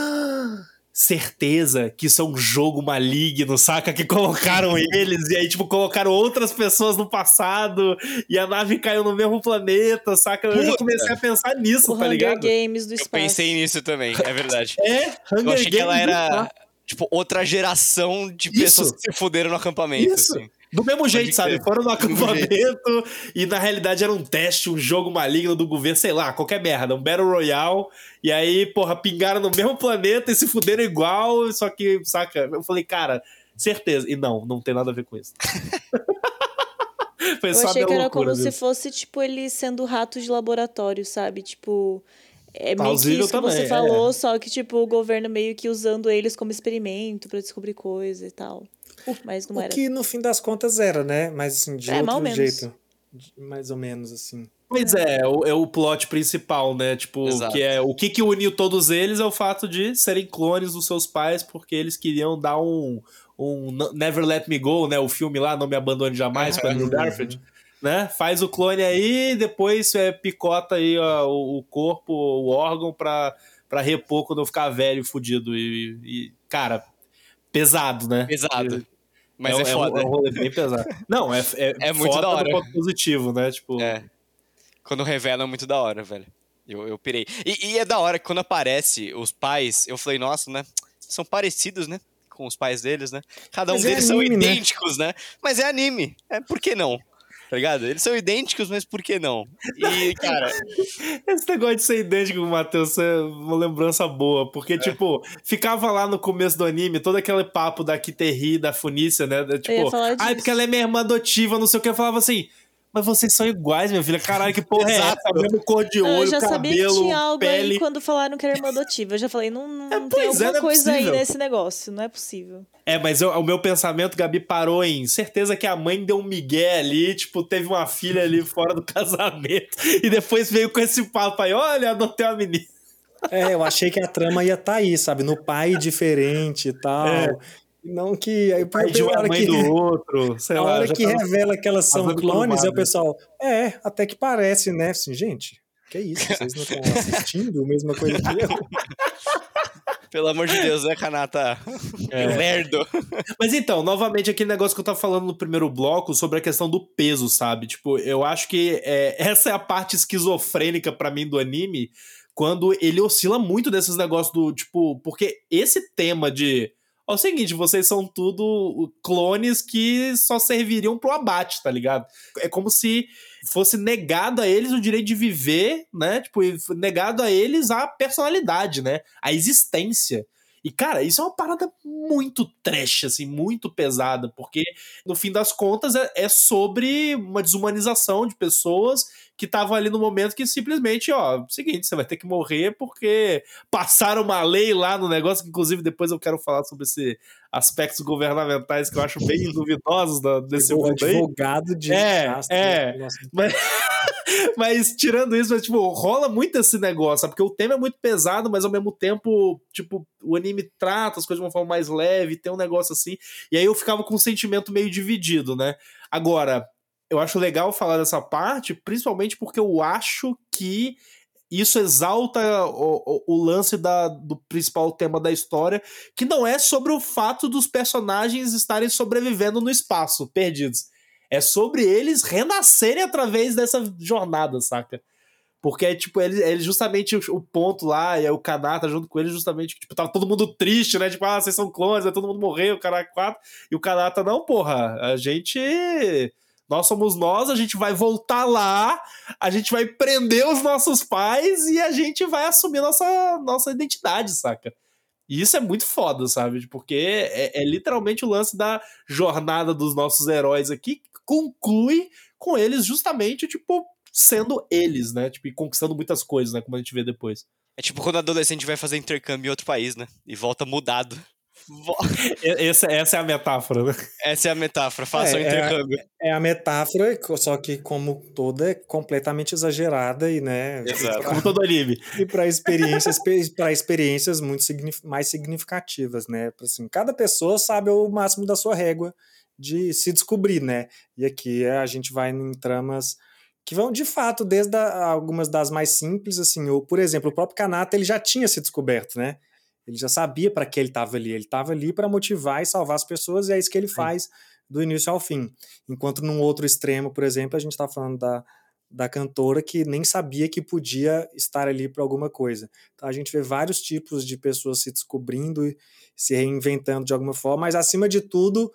certeza que isso é um jogo maligno, saca? Que colocaram eles e aí, tipo, colocaram outras pessoas no passado e a nave caiu no mesmo planeta, saca? Eu já comecei a pensar nisso, O tá Hunger ligado? Games do Eu espaço. pensei nisso também, é verdade. Hunger Eu achei que ela Games do era, espaço. tipo, outra geração de Isso. pessoas que se fuderam no acampamento, Isso. assim. Do mesmo jeito, sabe? crer. Foram no Do mesmo acampamento e na realidade era um teste, um jogo maligno do governo, sei lá, qualquer merda, um Battle Royale. E aí, porra, pingaram no mesmo planeta e se fuderam igual, só que, saca? Eu falei, cara, certeza. E não tem nada a ver com isso. Foi Eu só achei a que minha era loucura como se disso. fosse, tipo, ele sendo rato de laboratório, sabe? Tipo, é meio que Plausível isso que também, você falou, só que, tipo, o governo meio que usando eles como experimento pra descobrir coisa e tal. Mas não O era. que no fim das contas era, né? Mas assim, de mal outro menos. jeito. Mais ou menos, assim. Pois é o plot principal, né? Tipo, Exato. que é o que uniu todos eles é o fato de serem clones dos seus pais, porque eles queriam dar um Never Let Me Go, né? O filme lá, Não Me Abandone Jamais, com Andrew Garfield. Né? Faz o clone aí, depois picota aí ó, o corpo, o órgão pra repor quando eu ficar velho e fudido. E, cara, pesado, né? Pesado. Mas é um foda. rolê bem pesado. Não, é muito foda da hora. do ponto positivo, né? Tipo, É. Quando revela é muito da hora, velho. Eu pirei. E é da hora que quando aparece os pais, eu falei, nossa, né? São parecidos, né? Com os pais deles, né? Cada um Mas é deles são anime, né? idênticos, né? Mas é anime. Por que não? Tá ligado? Eles são idênticos, mas por que não? E, cara, esse negócio de ser idêntico com o Matheus é uma lembrança boa, porque, tipo, ficava lá no começo do anime todo aquele papo da Kiteri, da Funícia, né? Eu ia Tipo, falar ai, disso. porque ela é minha irmã adotiva, não sei o que. Eu falava assim, mas vocês são iguais, minha filha. Caralho, que porra Exato. é essa? Mesmo cor de Eu olho, já sabia que cabelo, tinha algo pele. aí quando falaram que era irmã adotiva. Eu já falei, não tem pois é, alguma não é coisa aí possível. nesse negócio, não é possível. Mas o meu pensamento, Gabi, parou em certeza que a mãe deu um migué ali, tipo, teve uma filha ali fora do casamento, e depois veio com esse papo aí, olha, adotei uma menina. Eu achei que a trama ia estar aí, sabe? No pai diferente e tal. Não que... Aí, Pai de uma mãe do outro, sei a lá. hora já que tava revela que elas são fazendo clones, aí o curvada. pessoal... até que parece, né? Assim, gente, que isso? Vocês não estão assistindo a mesma coisa que eu? pelo amor de Deus, né, Kanata? Lerdo. Mas então, novamente, aquele negócio que eu tava falando no primeiro bloco sobre a questão do peso, sabe? Tipo, eu acho que essa é a parte esquizofrênica pra mim do anime, quando ele oscila muito desses negócios do, tipo, porque esse tema de... É o seguinte, vocês são tudo clones que só serviriam pro abate, tá ligado? É como se fosse negado a eles o direito de viver, né? Tipo, negado a eles a personalidade, né? A existência. E, cara, isso é uma parada muito trash, assim, muito pesada, porque, no fim das contas, é sobre uma desumanização de pessoas que estavam ali no momento que simplesmente, seguinte, você vai ter que morrer porque passaram uma lei lá no negócio, que inclusive depois eu quero falar sobre esses aspectos governamentais que eu acho bem duvidosos desse O mundo aí. advogado de Shasta, nossa. Mas tirando isso, tipo, rola muito esse negócio, sabe? Porque o tema é muito pesado, mas ao mesmo tempo, tipo, o anime trata as coisas de uma forma mais leve, tem um negócio assim, e aí eu ficava com um sentimento meio dividido, né? Agora, eu acho legal falar dessa parte, principalmente porque eu acho que isso exalta o lance do principal tema da história, que não é sobre o fato dos personagens estarem sobrevivendo no espaço, perdidos. É sobre eles renascerem através dessa jornada, saca? Porque, tipo, ele justamente o ponto lá, e aí o Kanata junto com ele, justamente, tipo, tava todo mundo triste, né? Tipo, vocês são clones, todo mundo morreu, o cara 4. E o Kanata, não, porra, nós somos nós, a gente vai voltar lá, a gente vai prender os nossos pais e a gente vai assumir nossa identidade, saca? E isso é muito foda, sabe? Porque é literalmente o lance da jornada dos nossos heróis aqui, que conclui com eles justamente, tipo, sendo eles, né? Tipo, e conquistando muitas coisas, né? Como a gente vê depois. É tipo quando o adolescente vai fazer intercâmbio em outro país, né? E volta mudado. Essa é a metáfora, né? Essa é a metáfora, faça o intercâmbio. É a metáfora, só que como toda é completamente exagerada e, né? Exato. Como todo anime. E para experiências muito mais significativas, né? Assim, cada pessoa sabe o máximo da sua régua de se descobrir, né? E aqui a gente vai em tramas que vão, de fato, desde algumas das mais simples, assim, ou, por exemplo, o próprio Kanata, ele já tinha se descoberto, né? Ele já sabia para que ele estava ali para motivar e salvar as pessoas, e é isso que ele faz do início ao fim. Enquanto num outro extremo, por exemplo, a gente está falando da cantora que nem sabia que podia estar ali para alguma coisa. Então a gente vê vários tipos de pessoas se descobrindo e se reinventando de alguma forma, mas acima de tudo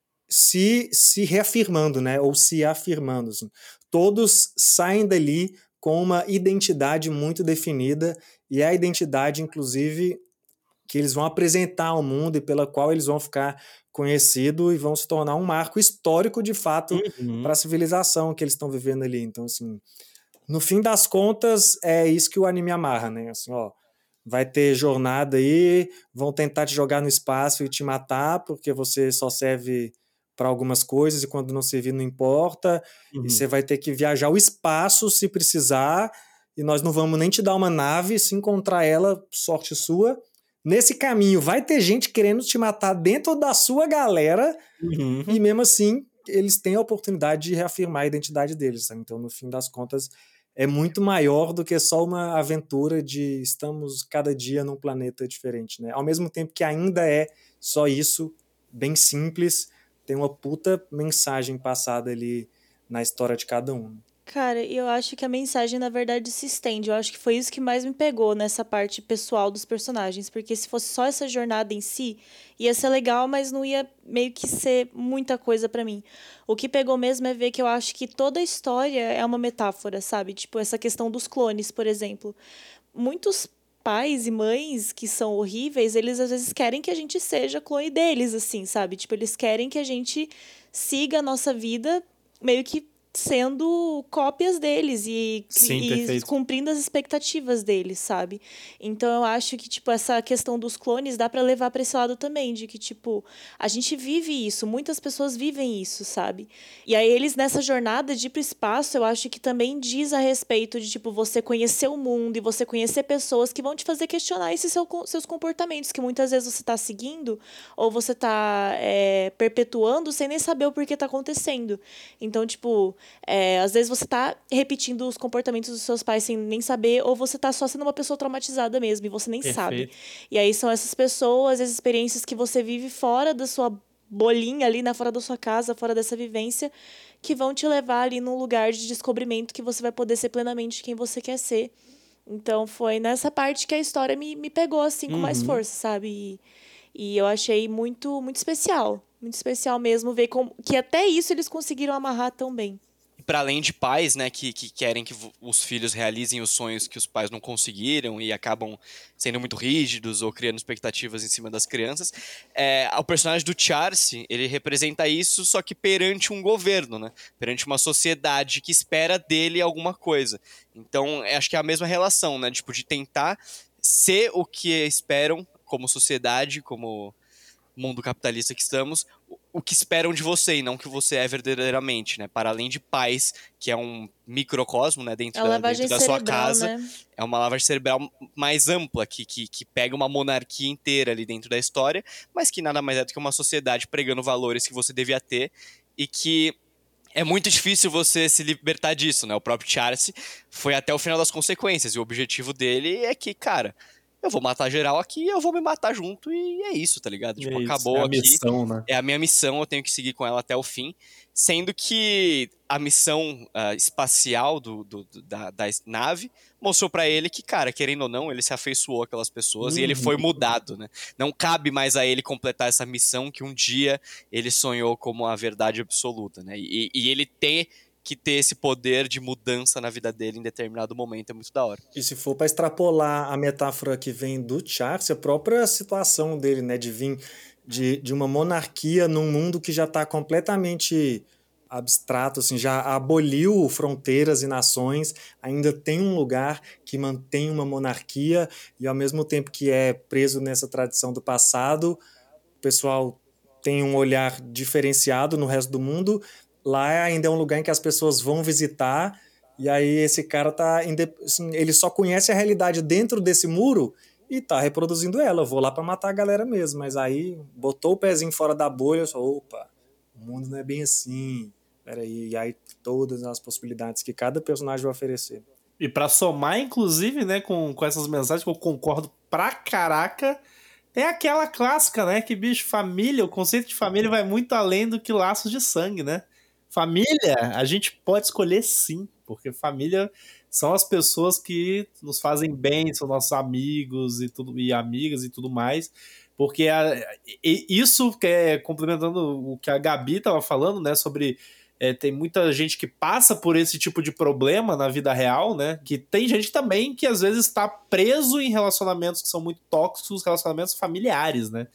se reafirmando, né? Ou se afirmando. Assim. Todos saem dali com uma identidade muito definida, e é a identidade, inclusive, que eles vão apresentar ao mundo e pela qual eles vão ficar conhecidos e vão se tornar um marco histórico, de fato, para a civilização que eles estão vivendo ali. Então, assim, no fim das contas, é isso que o anime amarra, né? Assim, ó, vai ter jornada aí, vão tentar te jogar no espaço e te matar, porque você só serve para algumas coisas e quando não servir não importa, e você vai ter que viajar o espaço se precisar, e nós não vamos nem te dar uma nave, se encontrar ela, sorte sua. Nesse caminho vai ter gente querendo te matar dentro da sua galera, e mesmo assim eles têm a oportunidade de reafirmar a identidade deles. Sabe? Então, no fim das contas, é muito maior do que só uma aventura de estamos cada dia num planeta diferente. Né? Ao mesmo tempo que ainda é só isso, bem simples, tem uma puta mensagem passada ali na história de cada um. Cara, eu acho que a mensagem, na verdade, se estende. Eu acho que foi isso que mais me pegou nessa parte pessoal dos personagens. Porque se fosse só essa jornada em si, ia ser legal, mas não ia meio que ser muita coisa pra mim. O que pegou mesmo é ver que eu acho que toda a história é uma metáfora, sabe? Tipo, essa questão dos clones, por exemplo. Muitos pais e mães que são horríveis, eles às vezes querem que a gente seja clone deles, assim, sabe? Tipo, eles querem que a gente siga a nossa vida meio que sendo cópias deles e cumprindo as expectativas deles, sabe? Então eu acho que, tipo, essa questão dos clones dá pra levar pra esse lado também, de que, tipo, a gente vive isso, muitas pessoas vivem isso, sabe? E aí eles, nessa jornada de ir pro espaço, eu acho que também diz a respeito de, tipo, você conhecer o mundo e você conhecer pessoas que vão te fazer questionar esses seus comportamentos, que muitas vezes você tá seguindo ou você tá perpetuando sem nem saber o porquê tá acontecendo. Então, tipo, às vezes você tá repetindo os comportamentos dos seus pais sem nem saber, ou você tá só sendo uma pessoa traumatizada mesmo, e você nem sabe. E aí são essas pessoas, as experiências que você vive fora da sua bolinha ali, fora da sua casa, fora dessa vivência, que vão te levar ali num lugar de descobrimento que você vai poder ser plenamente quem você quer ser. Então foi nessa parte que a história me pegou, assim, com mais força, sabe? E eu achei muito, muito especial. Muito especial mesmo ver que até isso eles conseguiram amarrar tão bem. Para além de pais, né, que querem que os filhos realizem os sonhos que os pais não conseguiram e acabam sendo muito rígidos ou criando expectativas em cima das crianças, o personagem do Charles, ele representa isso, só que perante um governo, né, perante uma sociedade que espera dele alguma coisa. Então, acho que é a mesma relação, né, tipo, de tentar ser o que esperam como sociedade, como mundo capitalista que estamos, o que esperam de você e não o que você é verdadeiramente, né? Para além de pais, que é um microcosmo, né? Dentro da sua casa. Né? É uma lavagem cerebral mais ampla, que pega uma monarquia inteira ali dentro da história, mas que nada mais é do que uma sociedade pregando valores que você devia ter e que é muito difícil você se libertar disso, né? O próprio Charles foi até o final das consequências e o objetivo dele é que, cara, eu vou matar geral aqui, eu vou me matar junto e é isso, tá ligado? Tipo, acabou a aqui. missão, né? É a minha missão, eu tenho que seguir com ela até o fim. Sendo que a missão espacial da nave mostrou pra ele que, cara, querendo ou não, ele se afeiçoou àquelas pessoas e ele foi mudado, né? Não cabe mais a ele completar essa missão que um dia ele sonhou como a verdade absoluta, né? E ele que ter esse poder de mudança na vida dele em determinado momento é muito da hora. E se for para extrapolar a metáfora que vem do Charles, a própria situação dele, né, de vir de uma monarquia num mundo que já está completamente abstrato, assim, já aboliu fronteiras e nações, ainda tem um lugar que mantém uma monarquia e ao mesmo tempo que é preso nessa tradição do passado, o pessoal tem um olhar diferenciado no resto do mundo. Lá ainda é um lugar em que as pessoas vão visitar, e aí esse cara tá assim, ele só conhece a realidade dentro desse muro e tá reproduzindo ela. Eu vou lá para matar a galera mesmo, mas aí botou o pezinho fora da bolha, só, opa, o mundo não é bem assim. Peraí, e aí todas as possibilidades que cada personagem vai oferecer. E pra somar, inclusive, né, com essas mensagens que eu concordo pra caraca, tem aquela clássica, né, que, bicho, família, o conceito de família vai muito além do que laços de sangue, né? Família, a gente pode escolher sim, porque família são as pessoas que nos fazem bem, são nossos amigos e amigas e tudo mais, porque isso que é complementando o que a Gabi estava falando, né, sobre tem muita gente que passa por esse tipo de problema na vida real, né, que tem gente também que às vezes está preso em relacionamentos que são muito tóxicos, relacionamentos familiares, né,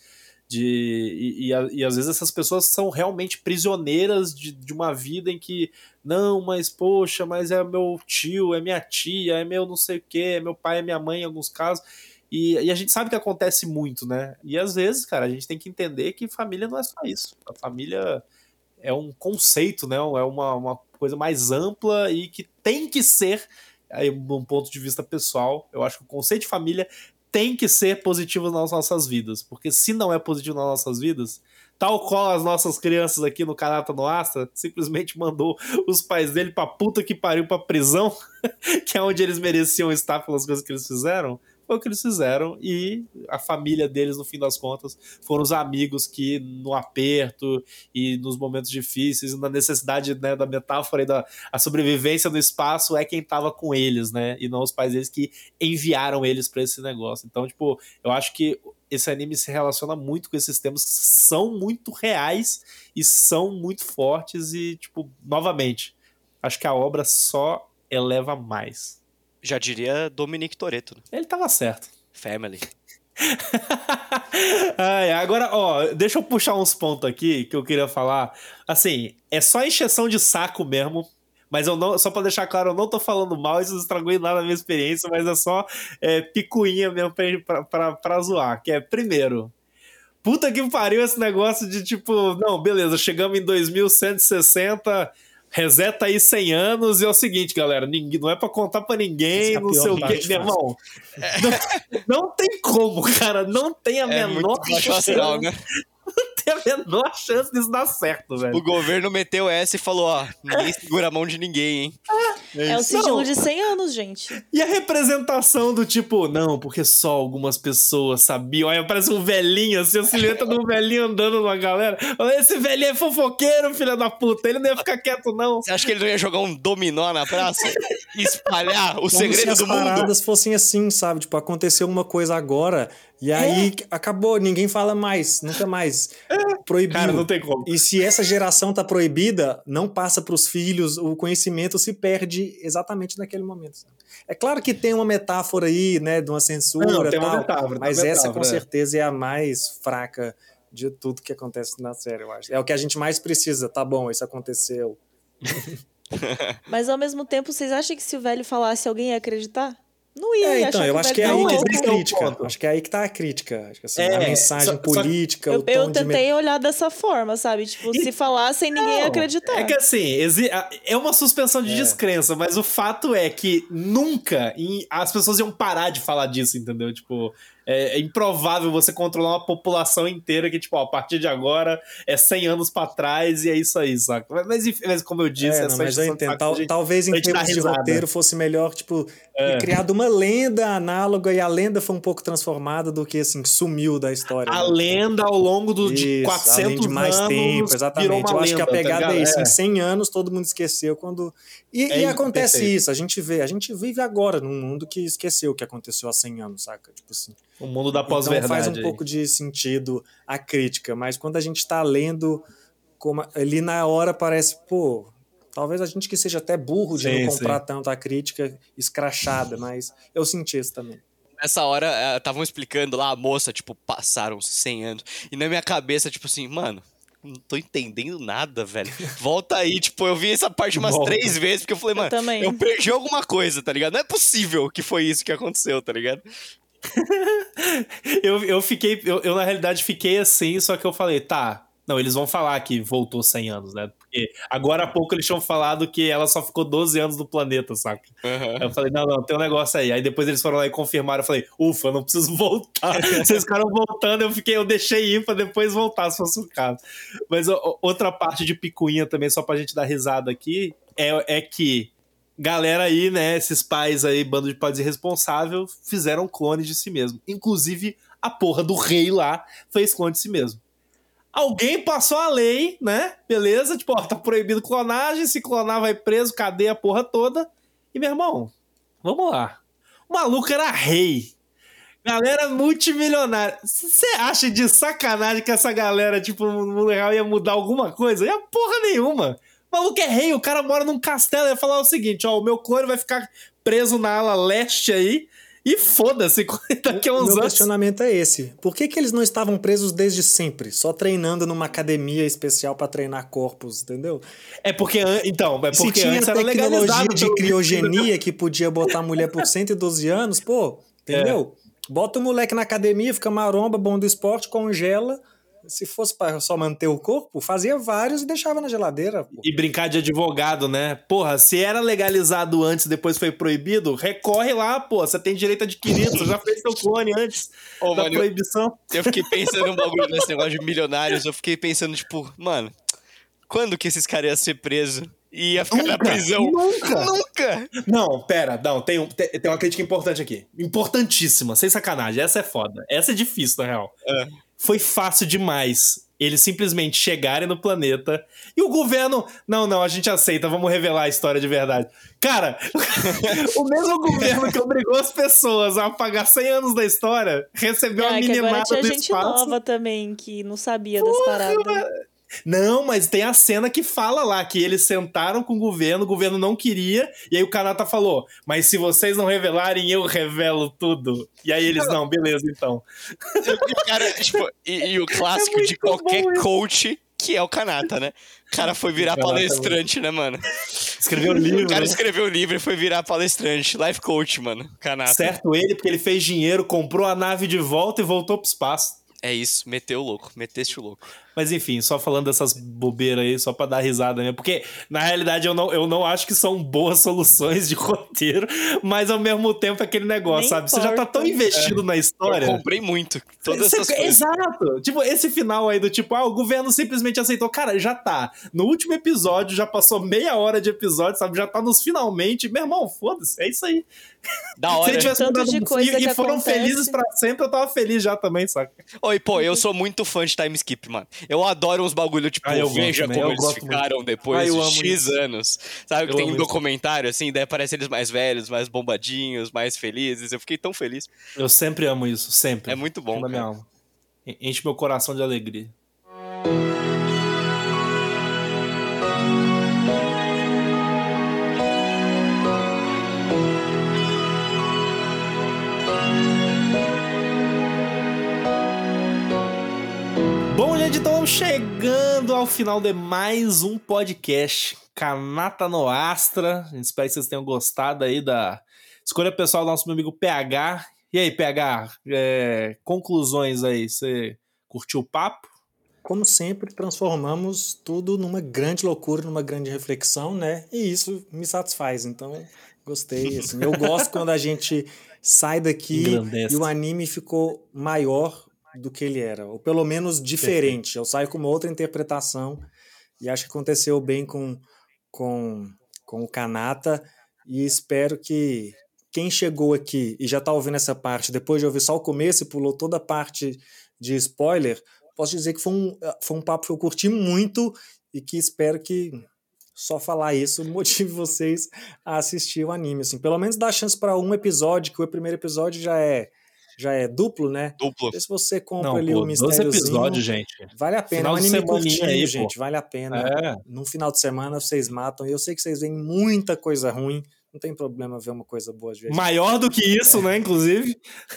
e às vezes essas pessoas são realmente prisioneiras de uma vida em que, não, mas poxa, mas é meu tio, é minha tia, é meu não sei o que, é meu pai, é minha mãe em alguns casos, e a gente sabe que acontece muito, né? E às vezes, cara, a gente tem que entender que família não é só isso. A família é um conceito, né? É uma coisa mais ampla e que tem que ser, aí, de um ponto de vista pessoal, eu acho que o conceito de família tem que ser positivo nas nossas vidas, porque se não é positivo nas nossas vidas, tal qual as nossas crianças aqui no Kanata no Astra, simplesmente mandou os pais dele pra puta que pariu pra prisão, que é onde eles mereciam estar pelas coisas que eles fizeram, foi o que eles fizeram, e a família deles, no fim das contas, foram os amigos que, no aperto e nos momentos difíceis, na necessidade, né, da metáfora e da a sobrevivência no espaço, é quem tava com eles, né, e não os pais deles que enviaram eles pra esse negócio. Então, tipo, eu acho que esse anime se relaciona muito com esses temas que são muito reais e são muito fortes e, tipo, novamente, acho que a obra só eleva mais. Já diria Dominic Toretto. Né? Ele tava certo. Family. Agora, ó, deixa eu puxar uns pontos aqui que eu queria falar. Assim, é só encheção de saco mesmo. Mas eu não, só pra deixar claro, eu não tô falando mal, isso não estragou em nada a minha experiência, mas é só picuinha mesmo pra zoar. Que é, primeiro, puta que pariu esse negócio de tipo, não, beleza, chegamos em 2160, reseta aí 100 anos e é o seguinte, galera, não é pra contar pra ninguém, não sei o que, meu irmão. Não tem como, cara, não tem a menor chance. Né? Tem a menor chance disso dar certo, velho. O governo meteu essa e falou, ó, ninguém segura a mão de ninguém, hein? É o sigilo de 100 anos, gente. E a representação do tipo, não, porque só algumas pessoas sabiam. Aí aparece um velhinho, assim, a silhueta de um velhinho andando numa galera. Esse velhinho é fofoqueiro, filho da puta. Ele não ia ficar quieto, não. Você acha que ele não ia jogar um dominó na praça? E espalhar o Como segredo se do as mundo? paradas fossem assim, sabe? Tipo, aconteceu uma coisa agora e aí acabou, ninguém fala mais, nunca mais. Proibiu. Cara, não tem como. E se essa geração tá proibida, não passa pros filhos, o conhecimento se perde exatamente naquele momento. Sabe? É claro que tem uma metáfora aí, né, de uma censura e tal, metáfora, mas essa com certeza é a mais fraca de tudo que acontece na série, eu acho. É o que a gente mais precisa, tá bom, isso aconteceu. Mas ao mesmo tempo, vocês acham que se o velho falasse, alguém ia acreditar? Não ia, então, eu acho que é aí que tá a crítica. Acho que é aí que tá a crítica. Acho que assim, a mensagem política, o tom eu tentei olhar dessa forma, sabe? Tipo, se falassem, ninguém ia acreditar. É que assim, é uma suspensão de descrença, mas o fato é que nunca as pessoas iam parar de falar disso, entendeu? Tipo, É improvável você controlar uma população inteira que, tipo, ó, a partir de agora é 100 anos pra trás e é isso aí, saca? Mas como eu disse, não, mas eu entendo. Talvez em termos de roteiro fosse melhor, tipo, ter criado uma lenda análoga e a lenda foi um pouco transformada do que, assim, sumiu da história. A lenda ao longo de 400 além de mais anos tempo, exatamente. Eu acho que a pegada é isso. Em 100 anos todo mundo esqueceu quando... E acontece perfeito. Isso, a gente vive agora num mundo que esqueceu o que aconteceu há 100 anos, saca? Tipo assim. O mundo da pós-verdade. Então faz um pouco de sentido a crítica, mas quando a gente tá lendo, ali na hora parece, pô, talvez a gente que seja até burro de não comprar tanto a crítica escrachada, mas eu senti isso também. Nessa hora, estavam explicando lá, a moça, tipo, passaram 100 anos, e na minha cabeça, tipo assim, mano, não tô entendendo nada, velho. Volta aí, tipo, eu vi essa parte umas 3 vezes, porque eu falei, mano, eu perdi alguma coisa, tá ligado? Não é possível que foi isso que aconteceu, tá ligado? eu na realidade fiquei assim, só que eu falei, tá, não, eles vão falar que voltou 100 anos, né? Porque agora há pouco eles tinham falado que ela só ficou 12 anos no planeta, saca? Uhum. Aí eu falei, não, tem um negócio aí. Aí depois eles foram lá e confirmaram, eu falei, ufa, eu não preciso voltar. Vocês ficaram voltando, eu deixei ir pra depois voltar, se fosse o caso. Mas outra parte de picuinha também, só pra gente dar risada aqui, é que galera aí, né, esses pais aí, bando de pais irresponsável, fizeram clones de si mesmo. Inclusive, a porra do rei lá fez clone de si mesmo. Alguém passou a lei, né? Beleza, tipo, ó, tá proibido clonagem, se clonar vai preso, cadeia a porra toda. E, meu irmão, vamos lá. O maluco era rei. Galera multimilionária. Você acha de sacanagem que essa galera, tipo, no mundo real ia mudar alguma coisa? Ia porra nenhuma. O maluco é rei, o cara mora num castelo. Ia falar o seguinte, ó, o meu clone vai ficar preso na ala leste aí. E foda-se, daqui a uns anos... O meu questionamento é esse. Por que eles não estavam presos desde sempre? Só treinando numa academia especial pra treinar corpos, entendeu? É porque se tinha antes era tecnologia de criogenia que podia botar a mulher por 112 anos, pô, entendeu? Bota o moleque na academia, fica maromba, bom do esporte, congela... Se fosse para só manter o corpo, fazia vários e deixava na geladeira. Pô. E brincar de advogado, né? Porra, se era legalizado antes e depois foi proibido, recorre lá, pô. Você tem direito adquirido, você já fez seu clone antes da proibição. Eu fiquei pensando um bagulho nesse negócio de milionários. Eu fiquei pensando, tipo, mano, quando que esses caras iam ser presos? E ia ficar na prisão? Nunca! Não, pera, tem uma crítica importante aqui. Importantíssima, sem sacanagem. Essa é foda. Essa é difícil, na real. Foi fácil demais eles simplesmente chegarem no planeta e o governo... Não, a gente aceita, vamos revelar a história de verdade. Cara, o mesmo governo que obrigou as pessoas a apagar 100 anos da história recebeu a meninada do espaço. Agora tinha gente nova também que não sabia das paradas. Não, mas tem a cena que fala lá que eles sentaram com o governo não queria, e aí o Kanata falou, mas se vocês não revelarem, eu revelo tudo. E aí eles, não, beleza, então. Cara, tipo, e o clássico de qualquer coach, que é o Kanata, né? O cara foi virar palestrante, né, mano? Escreveu livro. O cara escreveu livro e foi virar palestrante, life coach, mano, Kanata. Certo ele, porque ele fez dinheiro, comprou a nave de volta e voltou pro espaço. É isso, meteu o louco, meteste o louco. Mas enfim, só falando dessas bobeiras aí, só pra dar risada mesmo. Porque, na realidade, eu não acho que são boas soluções de roteiro, mas ao mesmo tempo é aquele negócio, sabe? Você já tá tão investido na história. Eu comprei muito, todas essas coisas. Exato! Tipo, esse final aí do tipo, o governo simplesmente aceitou. Cara, já tá. No último episódio, já passou meia hora de episódio, sabe? Já tá nos finalmente. Meu irmão, foda-se, é isso aí. Da hora. Se ele tivesse tanto de coisa e foram felizes pra sempre, eu tava feliz já também, saca? Oi, pô, eu sou muito fã de time skip, mano. Eu adoro uns bagulho, tipo, veja como eles ficaram depois de X anos. Sabe que tem um documentário, assim, daí aparece eles mais velhos, mais bombadinhos, mais felizes. Eu fiquei tão feliz. Eu sempre amo isso, sempre. É muito bom, cara. Minha alma. Enche meu coração de alegria. Bom, gente, então vamos chegando ao final de mais um podcast Kanata no Astra. A gente espera que vocês tenham gostado aí da escolha pessoal do nosso amigo PH. E aí, PH, conclusões aí, você curtiu o papo? Como sempre, transformamos tudo numa grande loucura, numa grande reflexão, né? E isso me satisfaz, então gostei. Assim. Eu gosto quando a gente sai daqui Engrandece. e o anime ficou maior do que ele era, ou pelo menos diferente. Eu saio com uma outra interpretação e acho que aconteceu bem com o Kanata e espero que quem chegou aqui e já está ouvindo essa parte, depois de ouvir só o começo e pulou toda a parte de spoiler, posso dizer que foi um papo que eu curti muito e que espero que só falar isso motive vocês a assistir o anime. Assim, pelo menos dá chance para um episódio, que o primeiro episódio já é duplo, né? Duplo. Se você compra Não, ali pô, o 12 mistériozinho, episódios, gente. vale a pena. Final É um de anime semaninha curtinho, aí, gente, pô. vale a pena. É. Num final de semana vocês matam. E eu sei que vocês veem muita coisa ruim, não tem problema ver uma coisa boa às vezes. Maior do que isso, né, inclusive.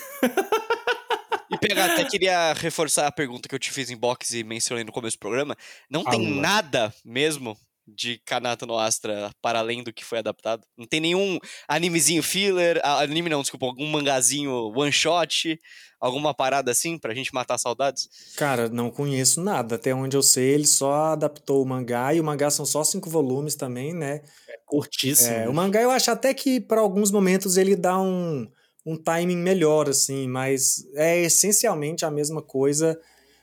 E PH, até queria reforçar a pergunta que eu te fiz em box e mencionei no começo do programa. Não tem Fala. nada mesmo de Kanata no Astra para além do que foi adaptado? Não tem nenhum animezinho filler, anime não, desculpa, algum mangazinho one shot, alguma parada assim pra gente matar saudades? Cara, não conheço nada. Até onde eu sei, ele só adaptou o mangá, e o mangá são só 5 volumes também, né? Curtíssimo. O mangá eu acho até que para alguns momentos ele dá um timing melhor, assim, mas é essencialmente a mesma coisa.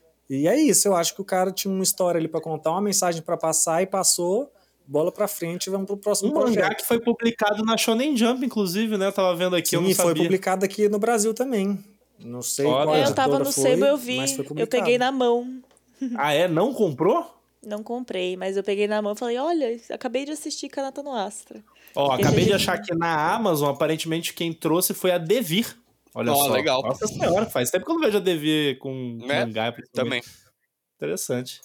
E é isso, eu acho que o cara tinha uma história ali para contar, uma mensagem para passar e passou, bola para frente e vamos pro próximo projeto. Mangá que foi publicado na Shonen Jump, inclusive, né? Eu tava vendo aqui, eu não Sim, sabia. foi publicado aqui no Brasil também. Não sei Olha. qual Eu tava editora no foi, sebo, eu mas vi, foi eu publicado. peguei na mão. Ah, é? Não comprou? Não comprei, mas eu peguei na mão e falei, olha, acabei de assistir Kanata no Astra. Ó, Porque acabei de já- achar aqui na Amazon, aparentemente quem trouxe foi a Devir. Olha só. Legal. Nossa senhora, faz tempo que eu não vejo a Devir com Né? mangá. Também. Interessante.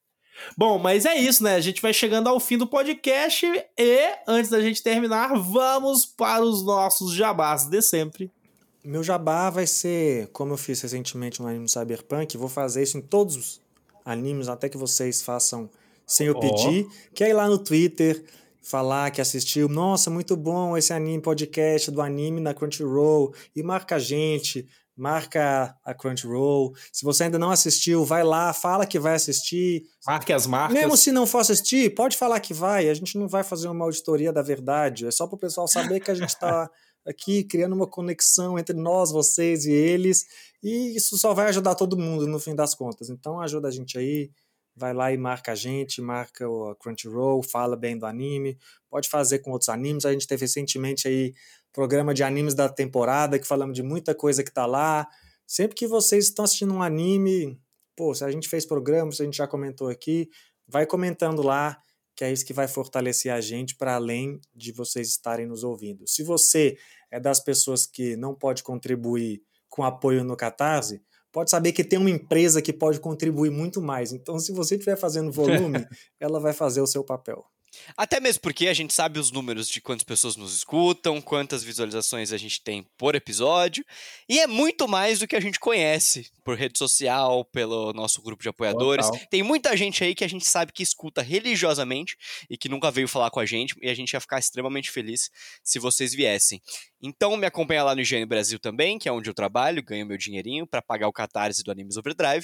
Bom, mas é isso, né? A gente vai chegando ao fim do podcast e, antes da gente terminar, vamos para os nossos jabás de sempre. Meu jabá vai ser, como eu fiz recentemente no anime Cyberpunk, vou fazer isso em todos os animes, até que vocês façam sem eu pedir, que é ir lá no Twitter, falar que assistiu, nossa, muito bom esse anime, podcast do anime na Crunchyroll, e marca a gente, marca a Crunchyroll. Se você ainda não assistiu, vai lá, fala que vai assistir. Marque as marcas. Mesmo se não for assistir, pode falar que vai, a gente não vai fazer uma auditoria da verdade, é só para o pessoal saber que a gente está aqui criando uma conexão entre nós, vocês e eles, e isso só vai ajudar todo mundo no fim das contas. Então ajuda a gente aí, vai lá e marca a gente, marca o Crunchyroll, fala bem do anime, pode fazer com outros animes. A gente teve recentemente aí programa de animes da temporada, que falamos de muita coisa que tá lá. Sempre que vocês estão assistindo um anime, pô, se a gente fez programa, se a gente já comentou aqui, vai comentando lá, que é isso que vai fortalecer a gente para além de vocês estarem nos ouvindo. Se você é das pessoas que não pode contribuir com apoio no Catarse, pode saber que tem uma empresa que pode contribuir muito mais. Então, se você estiver fazendo volume, ela vai fazer o seu papel. Até mesmo porque a gente sabe os números de quantas pessoas nos escutam, quantas visualizações a gente tem por episódio, e é muito mais do que a gente conhece por rede social, pelo nosso grupo de apoiadores. Total. Tem muita gente aí que a gente sabe que escuta religiosamente e que nunca veio falar com a gente, e a gente ia ficar extremamente feliz se vocês viessem. Então me acompanha lá no IGN Brasil também, que é onde eu trabalho, ganho meu dinheirinho para pagar o Catarse do Animes Overdrive,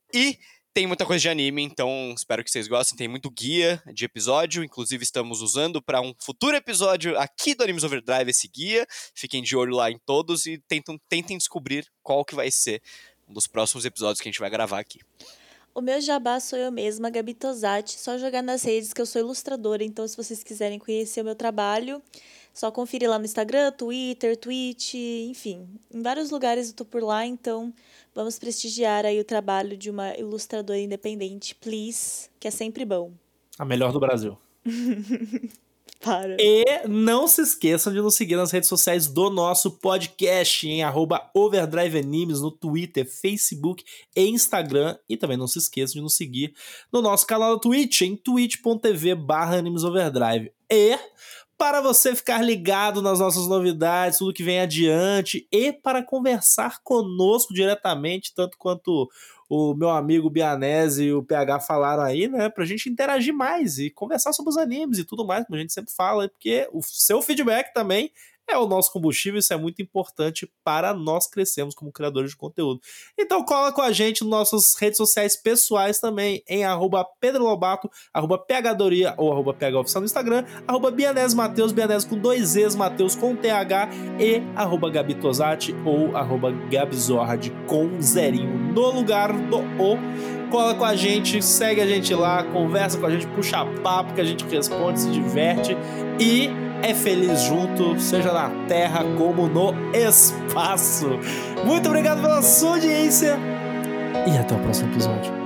e tem muita coisa de anime, então espero que vocês gostem. Tem muito guia de episódio, inclusive estamos usando para um futuro episódio aqui do Animes Overdrive esse guia. Fiquem de olho lá em todos e tentem descobrir qual que vai ser um dos próximos episódios que a gente vai gravar aqui. O meu jabá sou eu mesma, Gabi Tosati. Só jogar nas redes que eu sou ilustradora, então se vocês quiserem conhecer o meu trabalho, só conferir lá no Instagram, Twitter, Twitch, enfim. Em vários lugares eu tô por lá, então vamos prestigiar aí o trabalho de uma ilustradora independente, please, que é sempre bom. A melhor do Brasil. Para. E não se esqueçam de nos seguir nas redes sociais do nosso podcast, em @OverdriveAnimes no Twitter, Facebook e Instagram. E também não se esqueçam de nos seguir no nosso canal do Twitch, em twitch.tv/AnimesOverdrive. E para você ficar ligado nas nossas novidades, tudo que vem adiante, e para conversar conosco diretamente, tanto quanto o meu amigo Bianese e o PH falaram aí, né? Pra gente interagir mais e conversar sobre os animes e tudo mais, como a gente sempre fala, porque o seu feedback também é o nosso combustível, isso é muito importante para nós crescermos como criadores de conteúdo. Então cola com a gente nas nossas redes sociais pessoais também, em @PedroLobato, @PHDoria ou @PHOficial no Instagram, @BianesMatheus, Bianese com 2 Es, Matheus com TH, e @GabiTosati ou @Gabizord com zerinho no lugar do O. Cola com a gente, segue a gente lá, conversa com a gente, puxa papo que a gente responde, se diverte e é feliz junto, seja na Terra como no espaço. Muito obrigado pela sua audiência e até o próximo episódio.